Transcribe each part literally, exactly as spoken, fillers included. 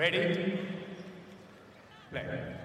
Ready? Play.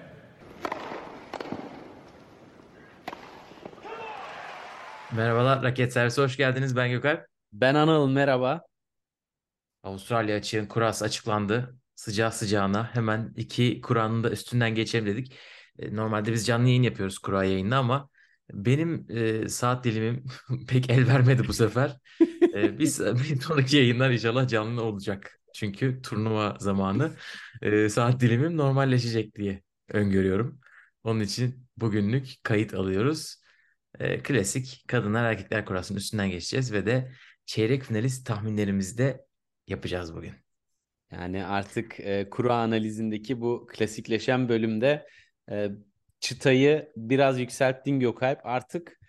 Merhabalar, Raket Servisi hoş geldiniz. Ben Gökalp. Ben Anıl, merhaba. Avustralya açığın kurası açıklandı. Sıcağı sıcağına hemen iki kuranın da üstünden geçelim dedik. E, Normalde biz canlı yayın yapıyoruz kura yayında ama benim e, saat dilimim pek el vermedi bu sefer. E, biz bir sonraki yayınlar inşallah canlı olacak. Çünkü turnuva zamanı e, saat dilimim normalleşecek diye öngörüyorum. Onun için bugünlük kayıt alıyoruz. E, klasik kadınlar erkekler kurasının üstünden geçeceğiz ve de çeyrek finalist tahminlerimizi de yapacağız bugün. Yani artık e, kura analizindeki bu klasikleşen bölümde e, çıtayı biraz yükselttin Gökalp. Artık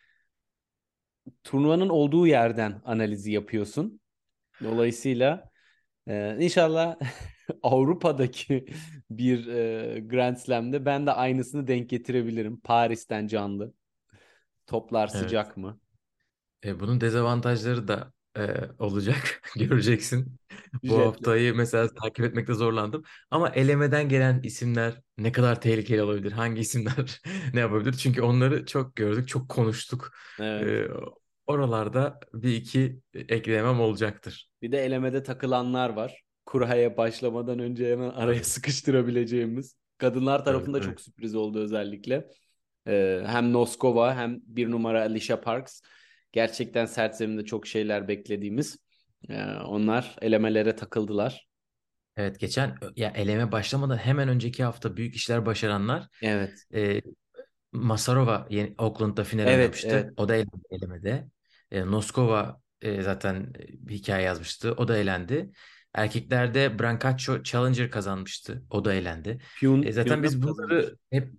turnuvanın olduğu yerden analizi yapıyorsun. Dolayısıyla e, inşallah Avrupa'daki bir e, Grand Slam'de ben de aynısını denk getirebilirim. Paris'ten canlı. Toplar Evet. sıcak mı? E, bunun dezavantajları da e, olacak. Göreceksin. Bu Jetle. haftayı mesela takip etmekte zorlandım. Ama elemeden gelen isimler ne kadar tehlikeli olabilir? Hangi isimler ne yapabilir? Çünkü onları çok gördük, çok konuştuk. Evet. E, Oralarda bir iki eklemem olacaktır. Bir de elemede takılanlar var. Kuraya başlamadan önce hemen araya sıkıştırabileceğimiz. Kadınlar Evet, tarafında evet. çok sürpriz oldu özellikle. Ee, hem Noskova hem bir numara Alicia Parks. Gerçekten sert zeminde çok şeyler beklediğimiz. Ee, onlar elemelere takıldılar. Evet, geçen ya eleme başlamadan hemen önceki hafta büyük işler başaranlar Evet. e, Masarova yeni, Auckland'da final Evet, evet. oynamıştı. O da elendi elemede. E, Noskova e, zaten bir hikaye yazmıştı. O da elendi. Erkeklerde Brancaccio Challenger kazanmıştı. O da elendi. E, Piyun, zaten Piyon'da biz mı kazanmış? bunları hep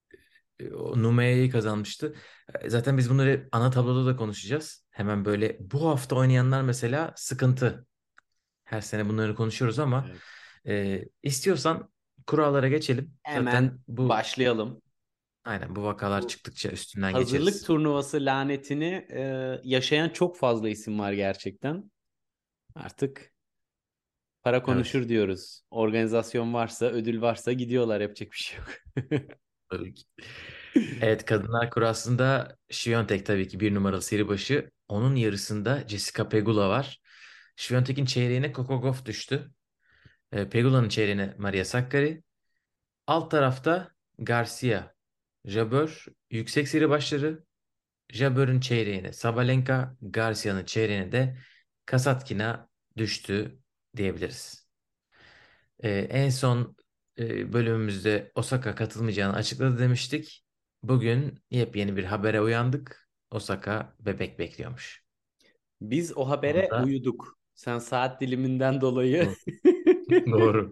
e, o Numeye'yi kazanmıştı. E, zaten biz bunları ana tabloda da konuşacağız. Hemen böyle bu hafta oynayanlar mesela sıkıntı. Her sene bunları konuşuyoruz ama Evet. e, istiyorsan kurallara geçelim. Hemen Zaten bu başlayalım. aynen bu vakalar Bu çıktıkça üstünden hazırlık geçeriz. turnuvası lanetini e, yaşayan çok fazla isim var gerçekten. Artık para Evet. konuşur diyoruz. Organizasyon varsa, ödül varsa gidiyorlar. Yapacak bir şey yok. Tabii ki. Evet, kadınlar kurasında Świątek tabii ki bir numaralı seri başı. Onun yarısında Jessica Pegula var. Świątek'in çeyreğine Coco Gauff düştü. E, Pegula'nın çeyreğine Maria Sakkari. Alt tarafta Garcia, Jabeur, yüksek seri başları. Jabeur'ün çeyreğine Sabalenka, Garcia'nın çeyreğine de Kasatkina düştü diyebiliriz. Ee, en son e, bölümümüzde Osaka katılmayacağını açıkladı demiştik. Bugün yepyeni bir habere uyandık. Osaka bebek bekliyormuş. Biz o Onu habere da uyuduk. Sen saat diliminden dolayı. doğru. Doğru.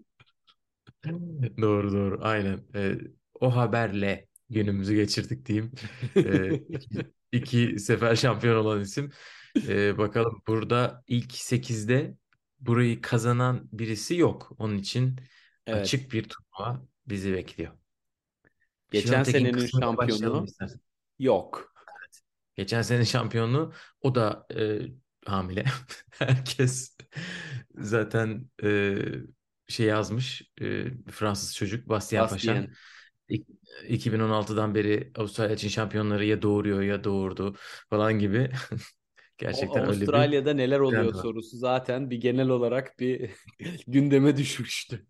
Doğru doğru. Aynen. Ee, o haberle günümüzü geçirdik diyeyim. Ee, iki, iki sefer şampiyon olan isim. Ee, bakalım burada ilk sekizde burayı kazanan birisi yok. Onun için Evet. açık bir turnuva bizi bekliyor. Geçen Şiviyontek'in senenin kısmıyla başlayalım şampiyonu istersen. yok. Geçen sene şampiyonu o da e, hamile. Herkes zaten e, şey yazmış. E, Fransız çocuk Bastien Paşa. Bastien. İk- iki bin on altıdan beri Avustralya için şampiyonları ya doğuruyor ya doğurdu falan gibi. O Gerçekten öyle bir Avustralya'da neler oluyor trend var. sorusu zaten bir genel olarak bir gündeme düşmüştü.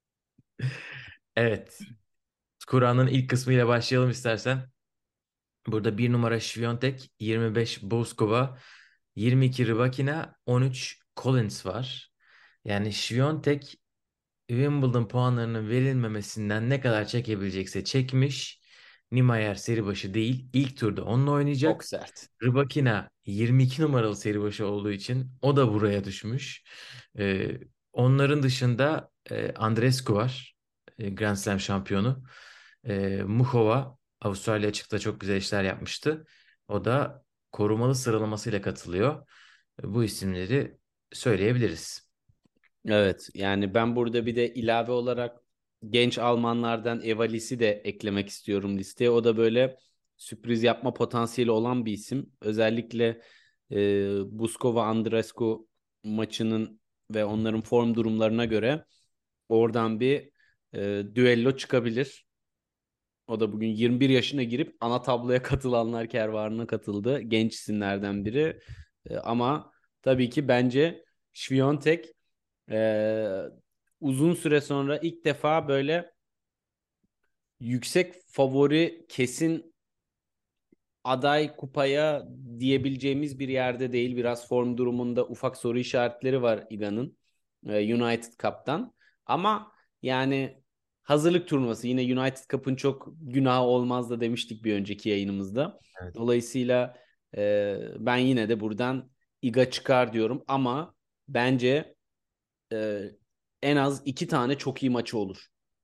Evet. Kur'an'ın ilk kısmıyla başlayalım istersen. Burada bir numara Świątek, yirmi beş Bouzkova, yirmi iki Rybakina, on üç Collins var. Yani Świątek Wimbledon puanlarının verilmemesinden ne kadar çekebilecekse çekmiş. Niemeyer seri başı değil. İlk turda onunla Çok oynayacak. sert. Rybakina yirmi iki numaralı seri başı olduğu için o da buraya düşmüş. Ee, Onların dışında e, Andreescu var. E, Grand Slam şampiyonu. E, Muchova Avustralya açıkta çok güzel işler yapmıştı. O da korumalı sıralamasıyla katılıyor. E, bu isimleri söyleyebiliriz. Evet, yani ben burada bir de ilave olarak genç Almanlardan Evalis'i de eklemek istiyorum listeye. O da böyle sürpriz yapma potansiyeli olan bir isim. Özellikle e, Buskova Andreescu maçının ve onların form durumlarına göre oradan bir e, düello çıkabilir. O da bugün yirmi bir yaşına girip ana tabloya katılanlar kervanına katıldı. Genç isimlerden biri. E, ama tabii ki bence Świątek e, uzun süre sonra ilk defa böyle yüksek favori kesin aday kupaya diyebileceğimiz bir yerde değil. Biraz form durumunda ufak soru işaretleri var İGA'nın e, United Cup'tan. Ama yani hazırlık turnuvası yine United Cup'ın çok günahı olmaz da demiştik bir önceki yayınımızda. Evet. Dolayısıyla e, ben yine de buradan İGA çıkar diyorum ama bence e, en az iki tane çok iyi maçı olur.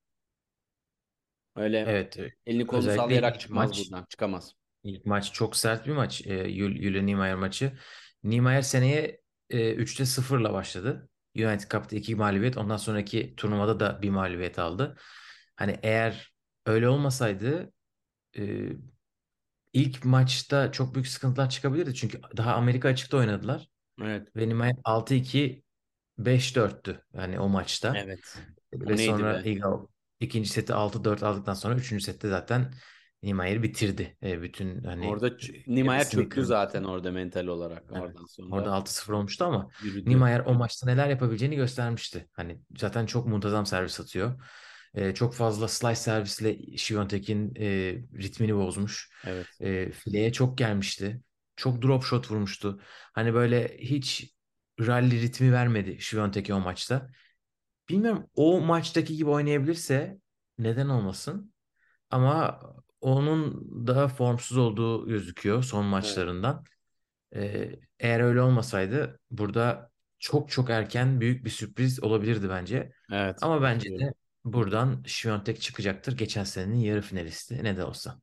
Öyle Evet. evet. elini kolunu Özellikle sallayarak ilk çıkmaz maç. buradan. Çıkamaz. İlk maç çok sert bir maç. E, Jul- Jule Niemeyer maçı. Niemeyer seneye e, üçte sıfırla başladı. United Cup'ta iki mağlubiyet. Ondan sonraki turnuvada da bir mağlubiyet aldı. Hani eğer öyle olmasaydı e, ilk maçta çok büyük sıkıntılar çıkabilirdi. Çünkü daha Amerika açıkta oynadılar. Evet. Ve Niemeyer altı iki beş dörttü yani o maçta. Evet. O Ve neydi sonra be? Igal ikinci seti altı dört aldıktan sonra üçüncü sette zaten Niemeyer bitirdi. E, bütün hani Orada ç- e, Niemeyer hevesini çöktü kırdı. zaten orada mental olarak. Evet. Oradan Orada sonra altı sıfır olmuştu ama yürüdü. Niemeyer o maçta neler yapabileceğini göstermişti. Hani zaten çok muntazam servis atıyor. E, çok fazla slice servisle Świątek'in e, ritmini bozmuş. Evet. E, fileye çok gelmişti. Çok drop shot vurmuştu. Hani böyle hiç rally ritmi vermedi Świątek'e o maçta. Bilmiyorum o maçtaki gibi oynayabilirse neden olmasın? Ama onun daha formsuz olduğu gözüküyor son Evet. maçlarından. Ee, eğer öyle olmasaydı burada çok çok erken büyük bir sürpriz olabilirdi bence. Evet. Ama bence Katılıyorum. de buradan Świątek çıkacaktır. Geçen senenin yarı finalisti ne de olsa.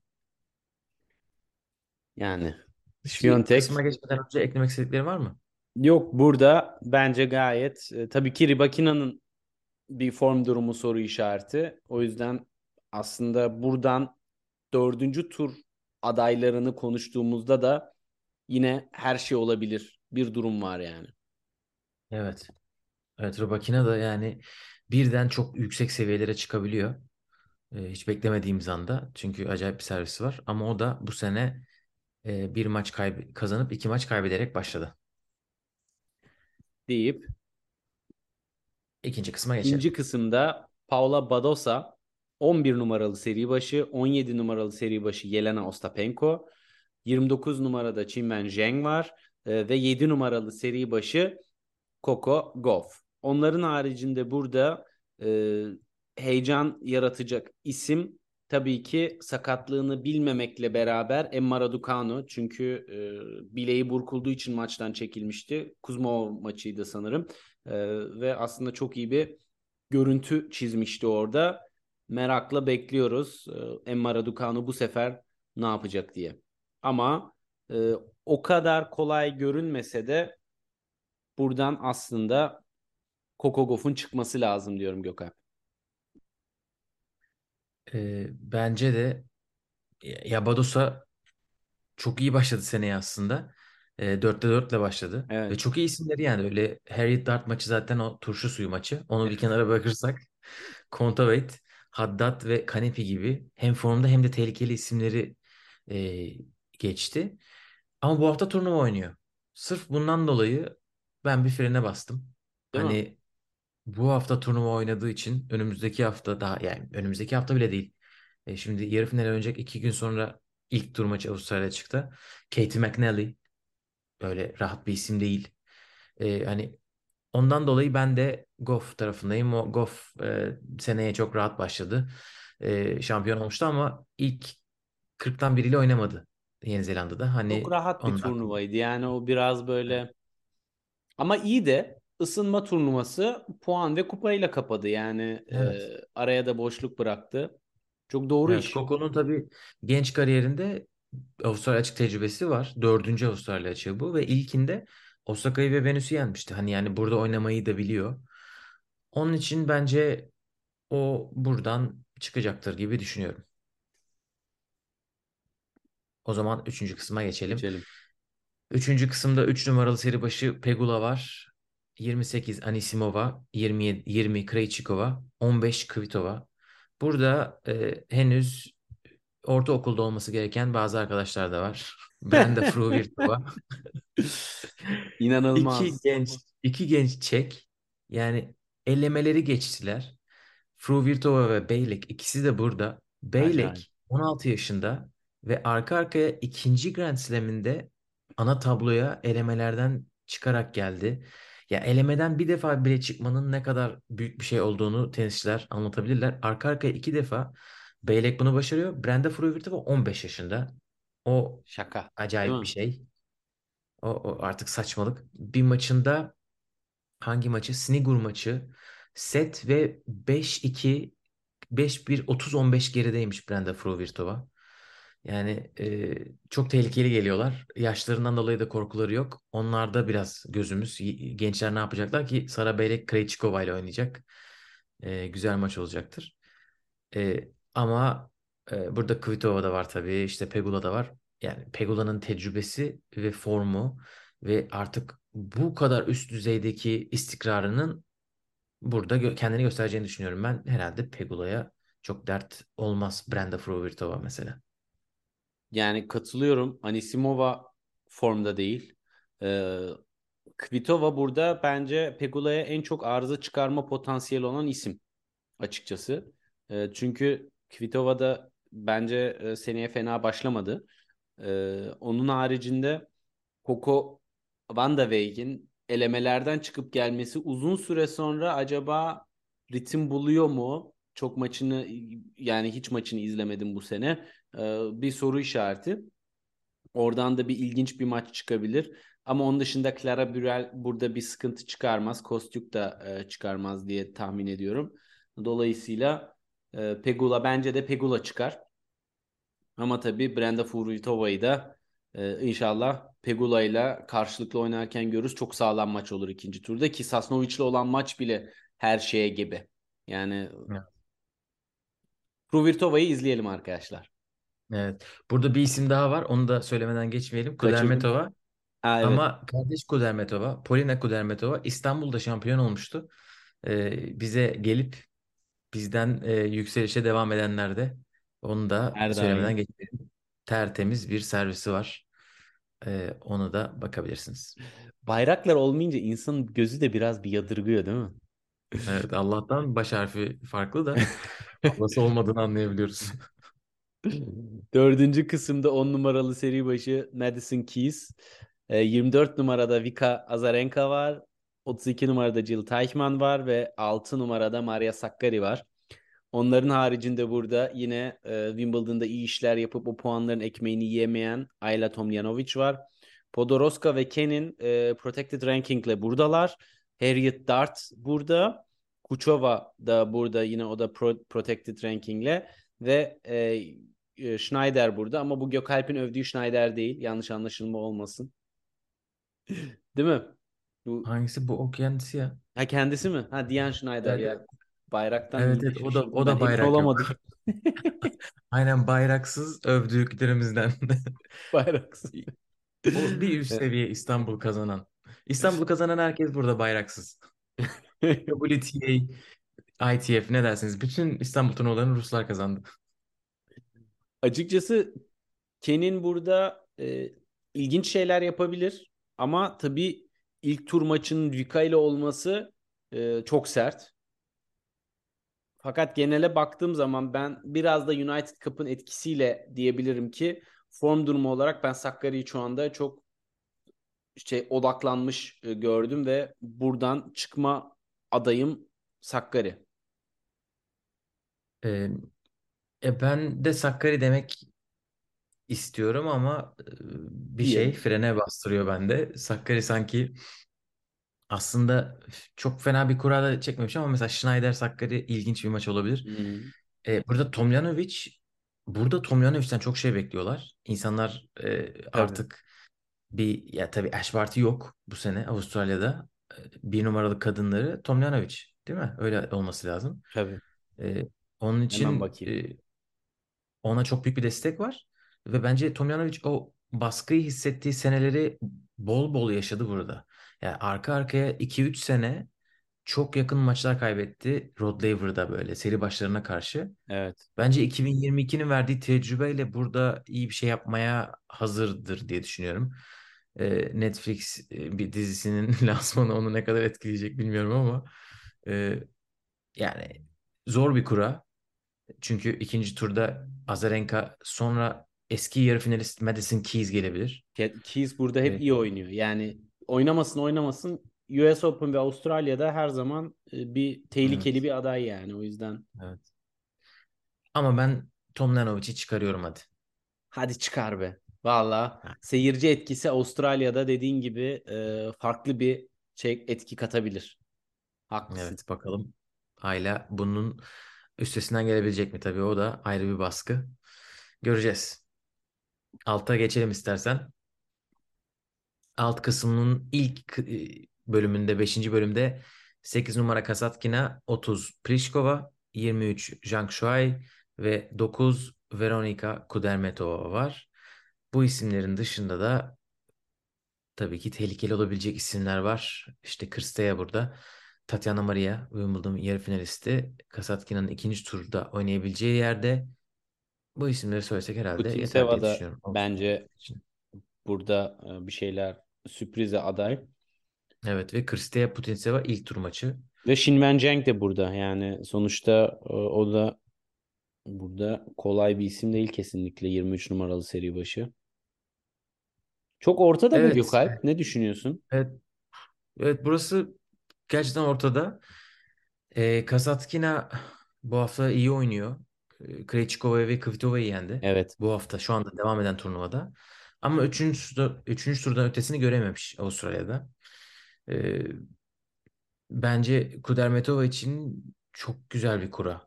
Yani İki kısma Świątek geçmeden önce eklemek istedikleri var mı? yok burada bence gayet e, tabii ki Ribakina'nın bir form durumu soru işareti. O yüzden aslında buradan dördüncü tur adaylarını konuştuğumuzda da yine her şey olabilir. Bir durum var yani. Evet. Evet, Rybakina da yani birden çok yüksek seviyelere çıkabiliyor. Ee, hiç beklemediğimiz anda. Çünkü acayip bir servisi var. Ama o da bu sene e, bir maç kayb- kazanıp iki maç kaybederek başladı. Deyip İkinci kısma geçelim. İkinci kısımda Paula Badosa on bir numaralı seri başı, on yedi numaralı seri başı Yelena Ostapenko, yirmi dokuz numarada Chingmen Zheng var e, ve yedi numaralı seri başı Coco Gauff. Onların haricinde burada e, heyecan yaratacak isim tabii ki sakatlığını bilmemekle beraber Emma Raducanu. Çünkü e, bileği burkulduğu için maçtan çekilmişti. Kuzmov maçıydı sanırım. E, ve aslında çok iyi bir görüntü çizmişti orada. Merakla bekliyoruz e, Emma Raducanu bu sefer ne yapacak diye. Ama e, o kadar kolay görünmese de buradan aslında Coco Gauff'un çıkması lazım diyorum Gökhan. Ee, bence de ya Badosa çok iyi başladı seneye aslında. E, dörtte dörtle başladı. Ve Evet. çok iyi isimleri yani. Öyle Harriet Dart maçı zaten o turşu suyu maçı. Onu bir kenara bırakırsak Kontaveit, Haddad ve Kanepi gibi hem formda hem de tehlikeli isimleri e, geçti. Ama bu hafta turnuva oynuyor. Sırf bundan dolayı ben bir frene bastım. Değil mi? Hani bu hafta turnuva oynadığı için önümüzdeki hafta daha yani önümüzdeki hafta bile değil. E, şimdi yarı finale oynayacak iki gün sonra ilk tur maçı Avustralya çıktı. Katie McNally öyle rahat bir isim değil. E, hani ondan dolayı ben de Goff tarafındayım. O Goff e, seneye çok rahat başladı. E, şampiyon olmuştu ama ilk kırktan biriyle oynamadı Yeni Zelanda'da. Çok Hani rahat bir ondan. turnuvaydı. Yani o biraz böyle ama iyi de ısınma turnuvası puan ve kupayla kapadı. Yani e, Evet. araya da boşluk bıraktı. Çok doğru Evet, iş. Coco'nun tabii genç kariyerinde Avustralya açık tecrübesi var. Dördüncü Avustralya açığı bu ve ilkinde Osaka'yı ve Venüs'ü yenmişti. Hani yani burada oynamayı da biliyor. Onun için bence o buradan çıkacaktır gibi düşünüyorum. O zaman üçüncü kısma geçelim. Geçelim. Üçüncü kısımda üç numaralı seri başı Pegula var. yirmi sekiz Anisimova, yirmi yedi, yirmi Krejcikova, on beş Kvitova. Burada e, henüz ortaokulda olması gereken bazı arkadaşlar da var. Brenda Fruhvirtova. İki İnanılmaz. genç, iki genç Çek. Yani elemeleri geçtiler. Fruhvirtova ve Beylek ikisi de burada. Acayip. Beylek on altı yaşında ve arka arkaya ikinci Grand Slam'inde ana tabloya elemelerden çıkarak geldi. Ya elemeden bir defa bile çıkmanın ne kadar büyük bir şey olduğunu tenisçiler anlatabilirler. Arka arkaya iki defa Beylek bunu başarıyor. Brenda Fruhvirtova on beş yaşında. O Şaka. Değil acayip bir mi? şey. O, o artık saçmalık. Bir maçında hangi maçı? Snigur maçı. Set ve beş iki beş bir otuz on beş gerideymiş Brenda Fruhvirtova. Yani e, çok tehlikeli geliyorlar. Yaşlarından dolayı da korkuları yok. Onlarda biraz gözümüz. Y- Gençler ne yapacaklar ki? Sara Belek Krejcikova ile oynayacak. E, güzel maç olacaktır. E, ama e, burada Kvitova da var tabii. İşte Pegula da var. Yani Pegula'nın tecrübesi ve formu ve artık bu kadar üst düzeydeki istikrarının burada gö- kendini göstereceğini düşünüyorum. Ben herhalde Pegula'ya çok dert olmaz. Brenda Fruhvirtova mesela. Yani katılıyorum. Anisimova formda değil. Ee, Kvitova burada bence Pegula'ya en çok arıza çıkarma potansiyeli olan isim açıkçası. Ee, çünkü Kvitova da bence e, seneye fena başlamadı. Ee, onun haricinde Coco Van de Weyck'in elemelerden çıkıp gelmesi uzun süre sonra acaba ritim buluyor mu? Çok maçını yani hiç maçını izlemedim bu sene. Ee, bir soru işareti. Oradan da bir ilginç bir maç çıkabilir. Ama onun dışında Clara Burel burada bir sıkıntı çıkarmaz. Kostyuk da e, çıkarmaz diye tahmin ediyorum. Dolayısıyla e, Pegula bence de Pegula çıkar. Ama tabii Brenda Fruhvirtova'yı da e, inşallah Pegula ile karşılıklı oynarken görürüz. Çok sağlam maç olur ikinci turda ki Sasnovic'le olan maç bile her şeye gibi. Yani Evet. Fruhvirtova'yı izleyelim arkadaşlar. Evet. Burada bir isim daha var. Onu da söylemeden geçmeyelim. Kaçırdım. Kudermetova. Ha evet. Ama kardeş Kudermetova, Polina Kudermetova İstanbul'da şampiyon olmuştu. Ee, bize gelip bizden e, yükselişe devam edenler de onu da Her söylemeden daim. geçmeyelim. Tertemiz bir servisi var. Ee, onu da bakabilirsiniz. Bayraklar olmayınca insanın gözü de biraz bir yadırgıyor değil mi? Evet, Allah'tan baş harfi farklı da ablası olmadığını anlayabiliyoruz. Dördüncü kısımda on numaralı seri başı Madison Keys. E, yirmi dört numarada Vika Azarenka var. otuz iki numarada Jill Teichmann var ve altı numarada Maria Sakkari var. Onların haricinde burada yine e, Wimbledon'da iyi işler yapıp o puanların ekmeğini yiyemeyen Ayla Tomljanovic var. Podoroska ve Kenin e, Protected Ranking'le buradalar. Harriet Dart burada. Kuchova da burada yine o da Pro- Protected Ranking'le ve e, e, Schneider burada ama bu Gökalp'in övdüğü Schneider değil. Yanlış anlaşılma olmasın. Değil mi? Bu Hangisi bu? O kendisi ya. ha kendisi mi? Ha Diane Schneider Evet, ya. Bayraktan evet, iyice evet. O da şaşırdım o ben. da Emin bayrak yok. olamadım. Aynen bayraksız övdüklerimizden. Bayraksız. O bir üst seviye İstanbul kazanan. İstanbul kazanan herkes burada bayraksız. W T A, I T F ne dersiniz? Bütün İstanbul turnuvalarını Ruslar kazandı. Açıkçası Ken'in burada e, ilginç şeyler yapabilir ama tabii ilk tur maçının Vika ile olması e, çok sert. Fakat genele baktığım zaman ben biraz da United Cup'ın etkisiyle diyebilirim ki form durumu olarak ben Sakkari'yi şu anda çok şey odaklanmış e, gördüm ve buradan çıkma adayım Sakkari Ee, e, ben de Sakkari demek istiyorum ama e, bir şey diyelim. frene bastırıyor bende. Sakkari sanki aslında çok fena bir kura da çekmemiş ama mesela Schneider Sakkari ilginç bir maç olabilir. Hı, E, burada Tomljanovic burada Tomljanovic'ten çok şey bekliyorlar. İnsanlar e, tabii. artık bir ya tabii Ash Barty yok bu sene Avustralya'da. E, bir numaralı kadınları Tomljanovic değil mi? Öyle olması lazım. Tabii. E, onun Hemen için bakayım. e, ona çok büyük bir destek var. Ve bence Tomljanovic o baskıyı hissettiği seneleri bol bol yaşadı burada. Yani arka arkaya iki üç sene çok yakın maçlar kaybetti Rod Laver'da böyle seri başlarına karşı. Evet. Bence iki bin yirmi ikinin verdiği tecrübeyle burada iyi bir şey yapmaya hazırdır diye düşünüyorum. Ee, Netflix e, bir dizisinin lansmanı onu ne kadar etkileyecek bilmiyorum ama e, yani zor bir kura. Çünkü ikinci turda Azarenka, sonra eski yarı finalist Madison Keys gelebilir. Ke- Keys burada hep Evet. iyi oynuyor. Yani oynamasın oynamasın U S Open ve Avustralya'da her zaman e, bir tehlikeli Evet. bir aday yani. O yüzden Evet. Ama ben Tomljanovic'i çıkarıyorum hadi. hadi çıkar be. Valla Ha, seyirci etkisi Avustralya'da dediğin gibi e, farklı bir şey etki katabilir. Haklısın. evet, bakalım. Ayla bunun üstesinden gelebilecek mi? Tabii o da ayrı bir baskı. Göreceğiz. Alta geçelim istersen. Alt kısmının ilk e, bölümünde, beşinci bölümde sekiz numara Kasatkina, otuz Pliskova, yirmi üç Zhang Shuai ve dokuz Veronika Kudermetova var. Bu isimlerin dışında da tabii ki tehlikeli olabilecek isimler var. İşte Kırsteya burada. Tatiana Maria, Wimbledon yarı finalisti. Kasatkina'nın ikinci turda oynayabileceği yerde. Bu isimleri söylesek herhalde yeter Putintseva diye da düşünüyorum. Avustralya bence için. burada e, bir şeyler sürprize aday. Evet, ve Krstea Putintseva ilk tur maçı. Ve Shin Wen de burada. Yani sonuçta e, o da burada kolay bir isim değil kesinlikle yirmi üç numaralı seri başı. Çok ortada be Evet, Gökalp. Ne düşünüyorsun? evet, evet, burası gerçekten ortada. Ee, Kasatkina bu hafta iyi oynuyor. Ee, Krejcikova'yı ve Kvitova'yı yendi. Evet. Bu hafta şu anda devam eden turnuvada. Ama üçüncü, turda, üçüncü turdan ötesini görememiş Avustralya'da. Ee, Bence Kudermetova için çok güzel bir kura.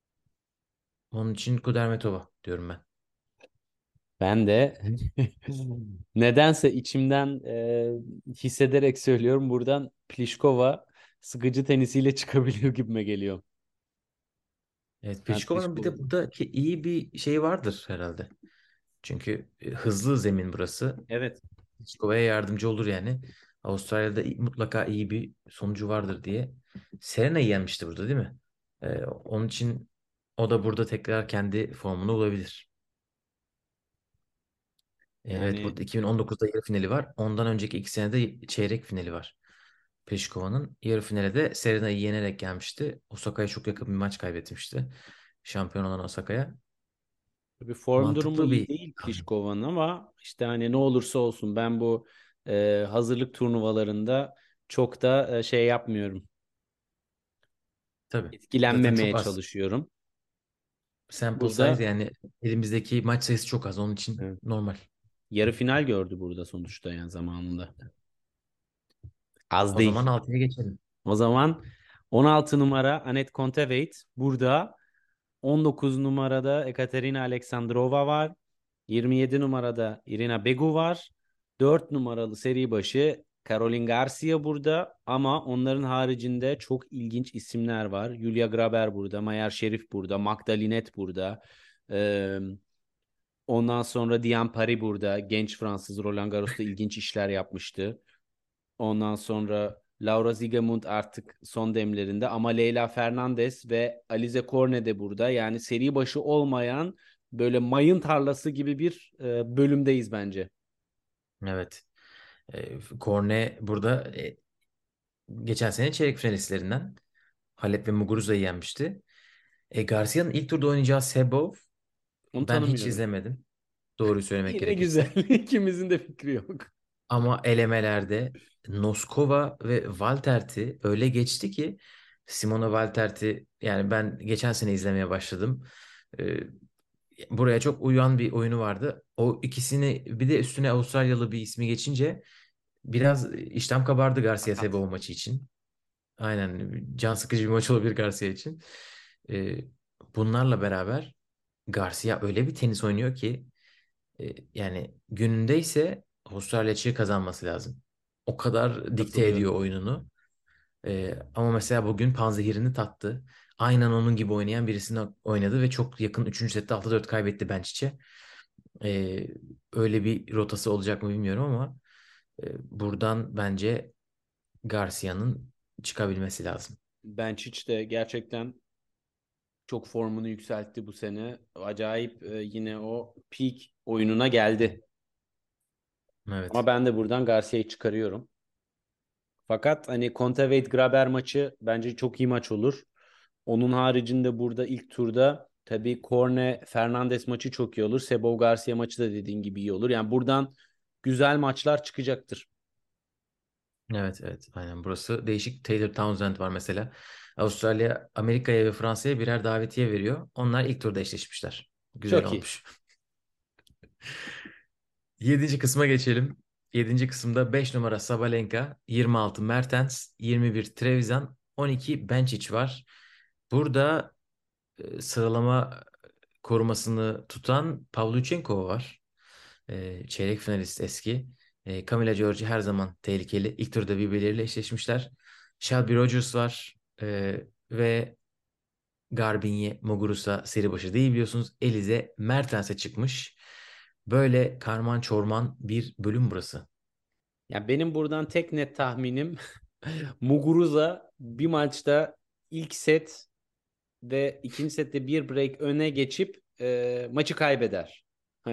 Onun için Kudermetova diyorum ben. Ben de nedense içimden e, hissederek söylüyorum. Buradan Pliskova sıkıcı tenisiyle çıkabiliyor gibime geliyor. Evet, Ben Pliškova'nın bir Pliskova. de burada ki iyi bir şey vardır herhalde. Çünkü e, hızlı zemin burası. Evet. Pliškova'ya yardımcı olur yani. Avustralya'da i- mutlaka iyi bir sonucu vardır diye. Serena'yı yenmişti burada değil mi? Ee, onun için o da burada tekrar kendi formunu bulabilir. Evet, Yani burada iki bin on dokuzda yarı finali var. Ondan önceki iki senede çeyrek finali var. Pliškova'nın yarı finale de Serena'yı yenerek gelmişti. Osaka'ya çok yakın bir maç kaybetmişti. Şampiyon olan Osaka'ya. bir form durumu Mantıklı iyi bir değil hamle. Pliškova'nın ama işte hani ne olursa olsun ben bu e, hazırlık turnuvalarında çok da e, şey yapmıyorum. Tabii. Zaten Etkilenmemeye çok az. çalışıyorum. Sample size, Burada yani elimizdeki maç sayısı çok az. Onun için e, normal. yarı final gördü burada sonuçta yani zamanında. Az O zaman değil. altıya geçelim. O zaman on altı numara Anett Kontaveit burada. on dokuz numarada Ekaterina Alexandrova var. yirmi yedi numarada Irina Begu var. dört numaralı seri başı Caroline Garcia burada ama onların haricinde çok ilginç isimler var. Julia Graber burada, Mayer Şerif burada, Magdalinet burada. Ee, ondan sonra Diane Paris burada. Genç Fransız Roland Garros'ta ilginç işler yapmıştı. Ondan sonra Laura Siegemund artık son demlerinde ama Leyla Fernandez ve Alize Cornet de burada. Yani seri başı olmayan böyle mayın tarlası gibi bir e, bölümdeyiz bence. Evet. E, Korne burada e, geçen sene çeyrek finalistlerinden Halep ve Muguruza'yı yenmişti. E, Garcia'nın ilk turda oynayacağı Sebov Onu ben hiç tanımıyorum. izlemedim. Doğruyu söylemek Yine güzel. gerekirse. İkimizin de fikri yok. Ama elemelerde Noskova ve Valtert'i öyle geçti ki Simona Valtert'i, yani ben geçen sene izlemeye başladım. Ee, Buraya çok uyan bir oyunu vardı. O ikisini bir de üstüne Avustralyalı bir ismi geçince biraz iştahım kabardı Garcia Fakat. Sebov maçı için. Aynen, can sıkıcı bir maç olabilir Garcia için. Ee, Bunlarla beraber Garcia öyle bir tenis oynuyor ki e, yani günündeyse Avustralya açığı kazanması lazım. O kadar dikte ediyor Katılıyorum. oyununu. E, ama mesela bugün panzehirini tattı. Aynen onun gibi oynayan birisini oynadı ve çok yakın üçüncü sette altı dört kaybetti Benčić'e. E, Öyle bir rotası olacak mı bilmiyorum ama e, buradan bence Garcia'nın çıkabilmesi lazım. Benčić de gerçekten çok formunu yükseltti bu sene. Acayip e, yine o peak oyununa geldi. Ama Evet. ben de buradan Garcia'yı çıkarıyorum. Fakat hani Kontaveit Graber maçı bence çok iyi maç olur. Onun haricinde burada ilk turda tabii Corne Fernandes maçı çok iyi olur. Sebov Garcia maçı da dediğin gibi iyi olur. Yani buradan güzel maçlar çıkacaktır. Evet, evet. Aynen, burası değişik. Taylor Townsend var mesela. Avustralya, Amerika'ya ve Fransa'ya birer davetiye veriyor. Onlar ilk turda eşleşmişler. Güzel Çok iyi. olmuş. Yedinci kısma geçelim. Yedinci kısımda beş numara Sabalenka, yirmi altı Mertens, yirmi bir Trevisan, on iki Benčić var. Burada e, sıralama korumasını tutan Pavlyuchenkova var. E, çeyrek finalist eski. E, Camila Giorgi her zaman tehlikeli. İlk turda birbirleriyle eşleşmişler. Shelby Rogers var. E, ve Garbiñe Muguruza seri başı değil, biliyorsunuz. Elize Mertens'e çıkmış. Böyle karman çorman bir bölüm burası. Ya benim buradan tek net tahminim Muguruza bir maçta ilk set ve ikinci sette bir break öne geçip e, maçı kaybeder.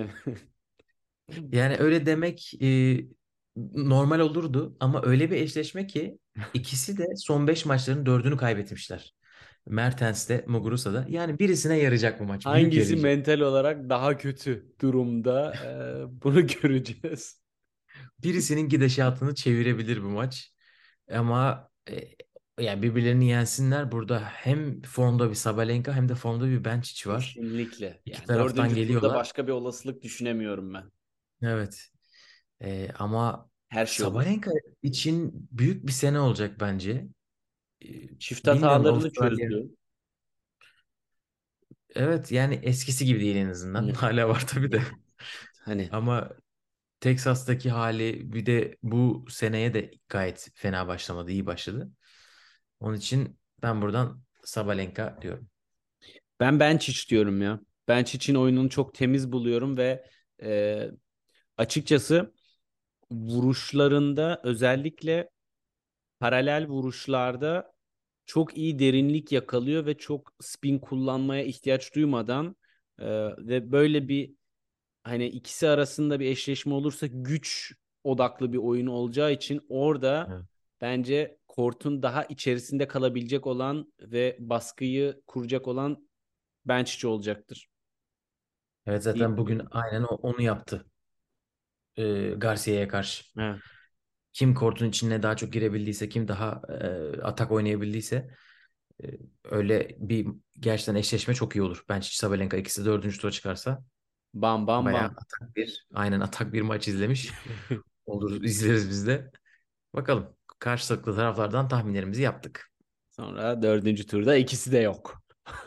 Yani öyle demek e, normal olurdu ama öyle bir eşleşme ki ikisi de son beş maçların dördünü kaybetmişler. Mertens de Muguruza da. Yani birisine yarayacak bu maç. Büyük Hangisi yarayacak. mental olarak daha kötü durumda? E, bunu göreceğiz. Birisinin gidişatını çevirebilir bu maç. Ama e, yani birbirlerini yensinler. Burada hem formda bir Sabalenka hem de formda bir Benčić var. Kesinlikle. İki Yani taraftan dördüncü turda geliyorlar. başka bir olasılık düşünemiyorum ben. Evet. E, ama Her şey olur. Sabalenka için büyük bir sene olacak bence. E, Çift Bilmiyorum, hatalarını Avustralya. çözdü. Evet, yani eskisi gibi değil en azından. Hala var tabii de. Yani hani Ama Texas'taki hali bir de bu seneye de gayet fena başlamadı. İyi başladı. Onun için ben buradan Sabalenka diyorum. ben Benčić diyorum ya. Benčić'in oyununu çok temiz buluyorum ve e, açıkçası vuruşlarında özellikle paralel vuruşlarda çok iyi derinlik yakalıyor ve çok spin kullanmaya ihtiyaç duymadan e, ve böyle bir hani ikisi arasında bir eşleşme olursa güç odaklı bir oyun olacağı için orada Evet. bence kortun daha içerisinde kalabilecek olan ve baskıyı kuracak olan Benčić olacaktır Evet, diye zaten bugün düşünüyorum. aynen o- onu yaptı e, Garcia'ya karşı. Ha. Kim kortun içine daha çok girebildiyse, kim daha e, atak oynayabildiyse e, öyle bir gerçekten eşleşme çok iyi olur. Benčić Sabalenka ikisi de dördüncü tura çıkarsa Bam bam bayağı bam. atak bir, aynen atak bir maç izlemiş olur, izleriz biz de. Bakalım. Karşılıklı taraflardan tahminlerimizi yaptık. Sonra dördüncü turda ikisi de yok.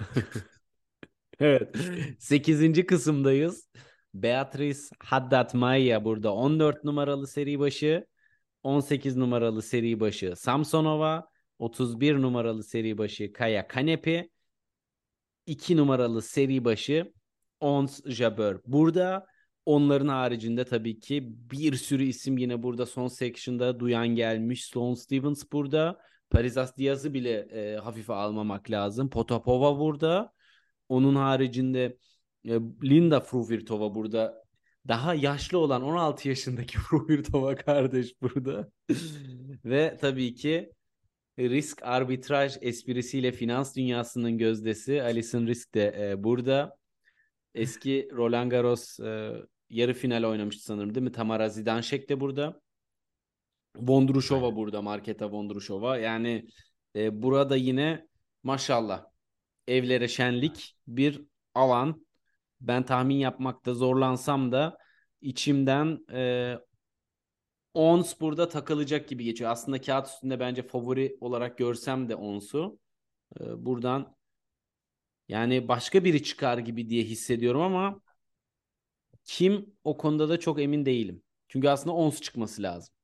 Evet. Sekizinci kısımdayız. Beatrice Haddad Maia burada on dört numaralı seri başı. on sekiz numaralı seri başı Samsonova. otuz bir numaralı seri başı Kaya Kanepi. iki numaralı seri başı Ons Jabeur. Burada onların haricinde tabii ki bir sürü isim yine burada son section'da duyan gelmiş. Sloane Stevens burada. Parisas Diaz'ı bile e, hafife almamak lazım. Potapova burada. Onun haricinde e, Linda Fruhvirtova burada. Daha yaşlı olan on altı yaşındaki Fruhvirtova kardeş burada. Ve tabii ki risk arbitraj esprisiyle finans dünyasının gözdesi Alison Risk de e, burada. Eski Roland Garros e, yarı final oynamıştı sanırım değil mi? Tamara Zidansek de burada. Vondrushova Aynen. burada. Marketa Vondrushova. Yani e, burada yine maşallah evlere şenlik bir alan. Ben tahmin yapmakta zorlansam da içimden e, Ons burada takılacak gibi geçiyor. Aslında kağıt üstünde bence favori olarak görsem de Ons'u. e, buradan yani başka biri çıkar gibi diye hissediyorum ama kim o konuda da çok emin değilim. Çünkü aslında Ons çıkması lazım.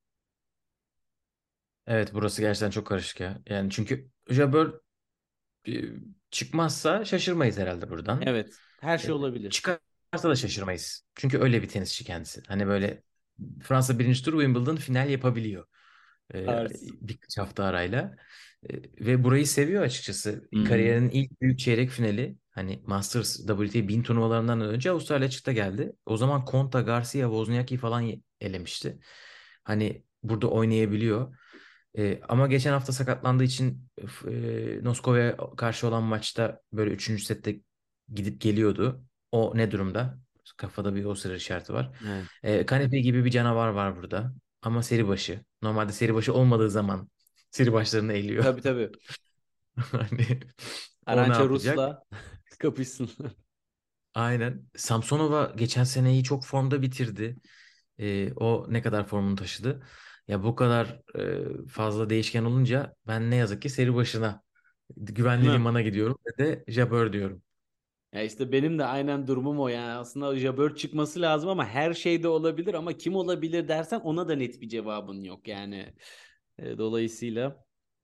Evet, burası gerçekten çok karışık ya. Yani çünkü Jabeur e, çıkmazsa şaşırmayız herhalde buradan. Evet, her E, şey olabilir. Çıkarsa da şaşırmayız. Çünkü öyle bir tenisçi kendisi. Hani böyle Fransa birinci tur Wimbledon final yapabiliyor. Ee, Tars. birkaç hafta arayla. Ee, ve burayı seviyor açıkçası. Hmm. Kariyerinin ilk büyük çeyrek finali, hani Masters W T A bin turnuvalarından önce Avustralya açıkta geldi. O zaman Konta, Garcia, Wozniacki falan ye- elemişti. Hani burada oynayabiliyor. Ee, ama geçen hafta sakatlandığı için e, Noskova'ya karşı olan maçta böyle üçüncü sette gidip geliyordu. O ne durumda? Kafada bir o sıra işareti var. Evet. Ee, Kanepe gibi bir canavar var burada. Ama seri başı. Normalde seri başı olmadığı zaman seri başlarını eliyor. Tabii tabii. Hani o ne Arantxa yapacak? Rus'la kapışsın. Aynen. Samsonova geçen seneyi çok formda bitirdi. Ee, o ne kadar formunu taşıdı. Ya bu kadar e, fazla değişken olunca ben ne yazık ki seri başına Değil güvenli mi? limana gidiyorum ve de Jabeur diyorum. Ya işte benim de aynen durumum o yani. Aslında Jabeur çıkması lazım ama her şey de olabilir ama kim olabilir dersen ona da net bir cevabın yok yani. E, dolayısıyla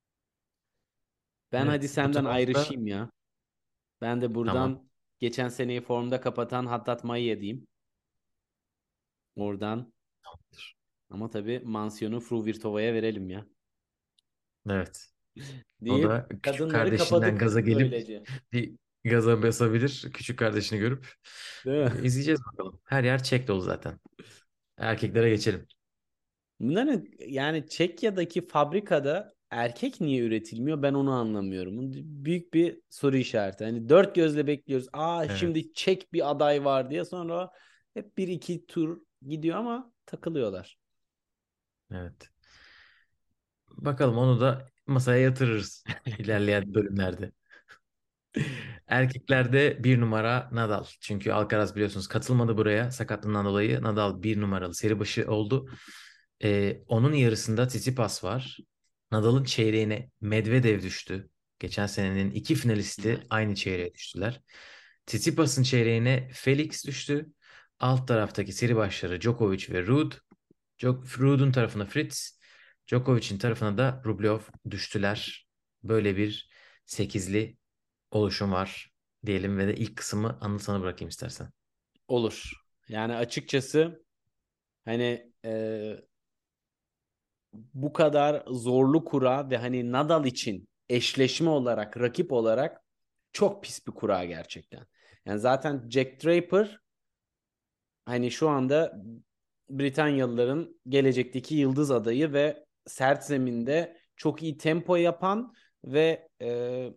ben hadi Evet, bu senden tarafta ayrışayım ya. Ben de tamam. buradan geçen seneyi formda kapatan Hattat Mai'ye diyeyim. Oradan ama tabii mansiyonu Fruhvirtova'ya verelim ya. Evet. O Deyip da küçük kadınları kardeşinden kapadık gaza gelip böylece. bir gaza basabilir. Küçük kardeşini görüp Değil mi? e, izleyeceğiz bakalım. Her yer çek dolu zaten. Erkeklere geçelim. Bunların yani Çekya'daki fabrikada erkek niye üretilmiyor ben onu anlamıyorum. Büyük bir soru işareti. Hani dört gözle bekliyoruz. Aa Evet. şimdi Çek bir aday var diye sonra hep bir iki tur gidiyor ama takılıyorlar. Evet. Bakalım onu da masaya yatırırız ilerleyen bölümlerde. Erkeklerde bir numara Nadal. Çünkü Alcaraz biliyorsunuz katılmadı buraya. Sakatlığından dolayı Nadal bir numaralı seri başı oldu. Ee, onun yarısında Tsitsipas var. Nadal'ın çeyreğine Medvedev düştü. Geçen senenin iki finalisti Evet. aynı çeyreğe düştüler. Tsitsipas'ın çeyreğine Felix düştü. Alt taraftaki seri başları Djokovic ve Ruud. Djok- Ruud'un tarafına Fritz, Djokovic'in tarafına da Rublev düştüler. Böyle bir sekizli oluşum var diyelim ve de ilk kısmı Anıl sana bırakayım istersen. Olur. Yani açıkçası hani e, bu kadar zorlu kura ve hani Nadal için eşleşme olarak, rakip olarak çok pis bir kura gerçekten. Yani zaten Jack Draper hani şu anda Britanyalıların gelecekteki yıldız adayı ve sert zeminde çok iyi tempo yapan ve e,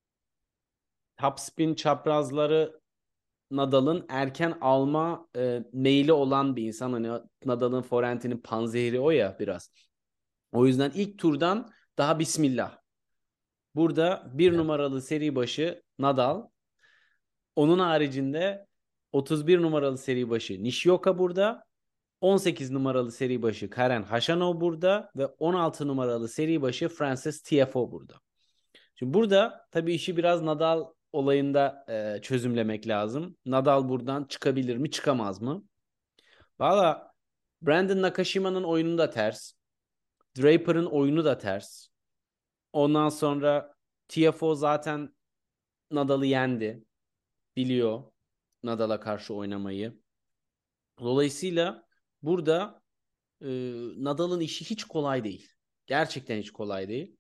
topspin çaprazları Nadal'ın erken alma e, meyli olan bir insan. Hani Nadal'ın forentinin panzehiri o ya biraz. O yüzden ilk turdan daha bismillah. Burada bir Evet. numaralı seri başı Nadal. Onun haricinde otuz bir numaralı seri başı Nishioka burada. on sekiz numaralı seri başı Karen Khachanov burada ve on altı numaralı seri başı Frances Tiafoe burada. Şimdi burada tabii işi biraz Nadal olayında e, çözümlemek lazım. Nadal buradan çıkabilir mi, çıkamaz mı? Valla Brandon Nakashima'nın oyunu da ters. Draper'ın oyunu da ters. Ondan sonra Tiafoe zaten Nadal'ı yendi. Biliyor Nadal'a karşı oynamayı. Dolayısıyla burada e, Nadal'ın işi hiç kolay değil. Gerçekten hiç kolay değil.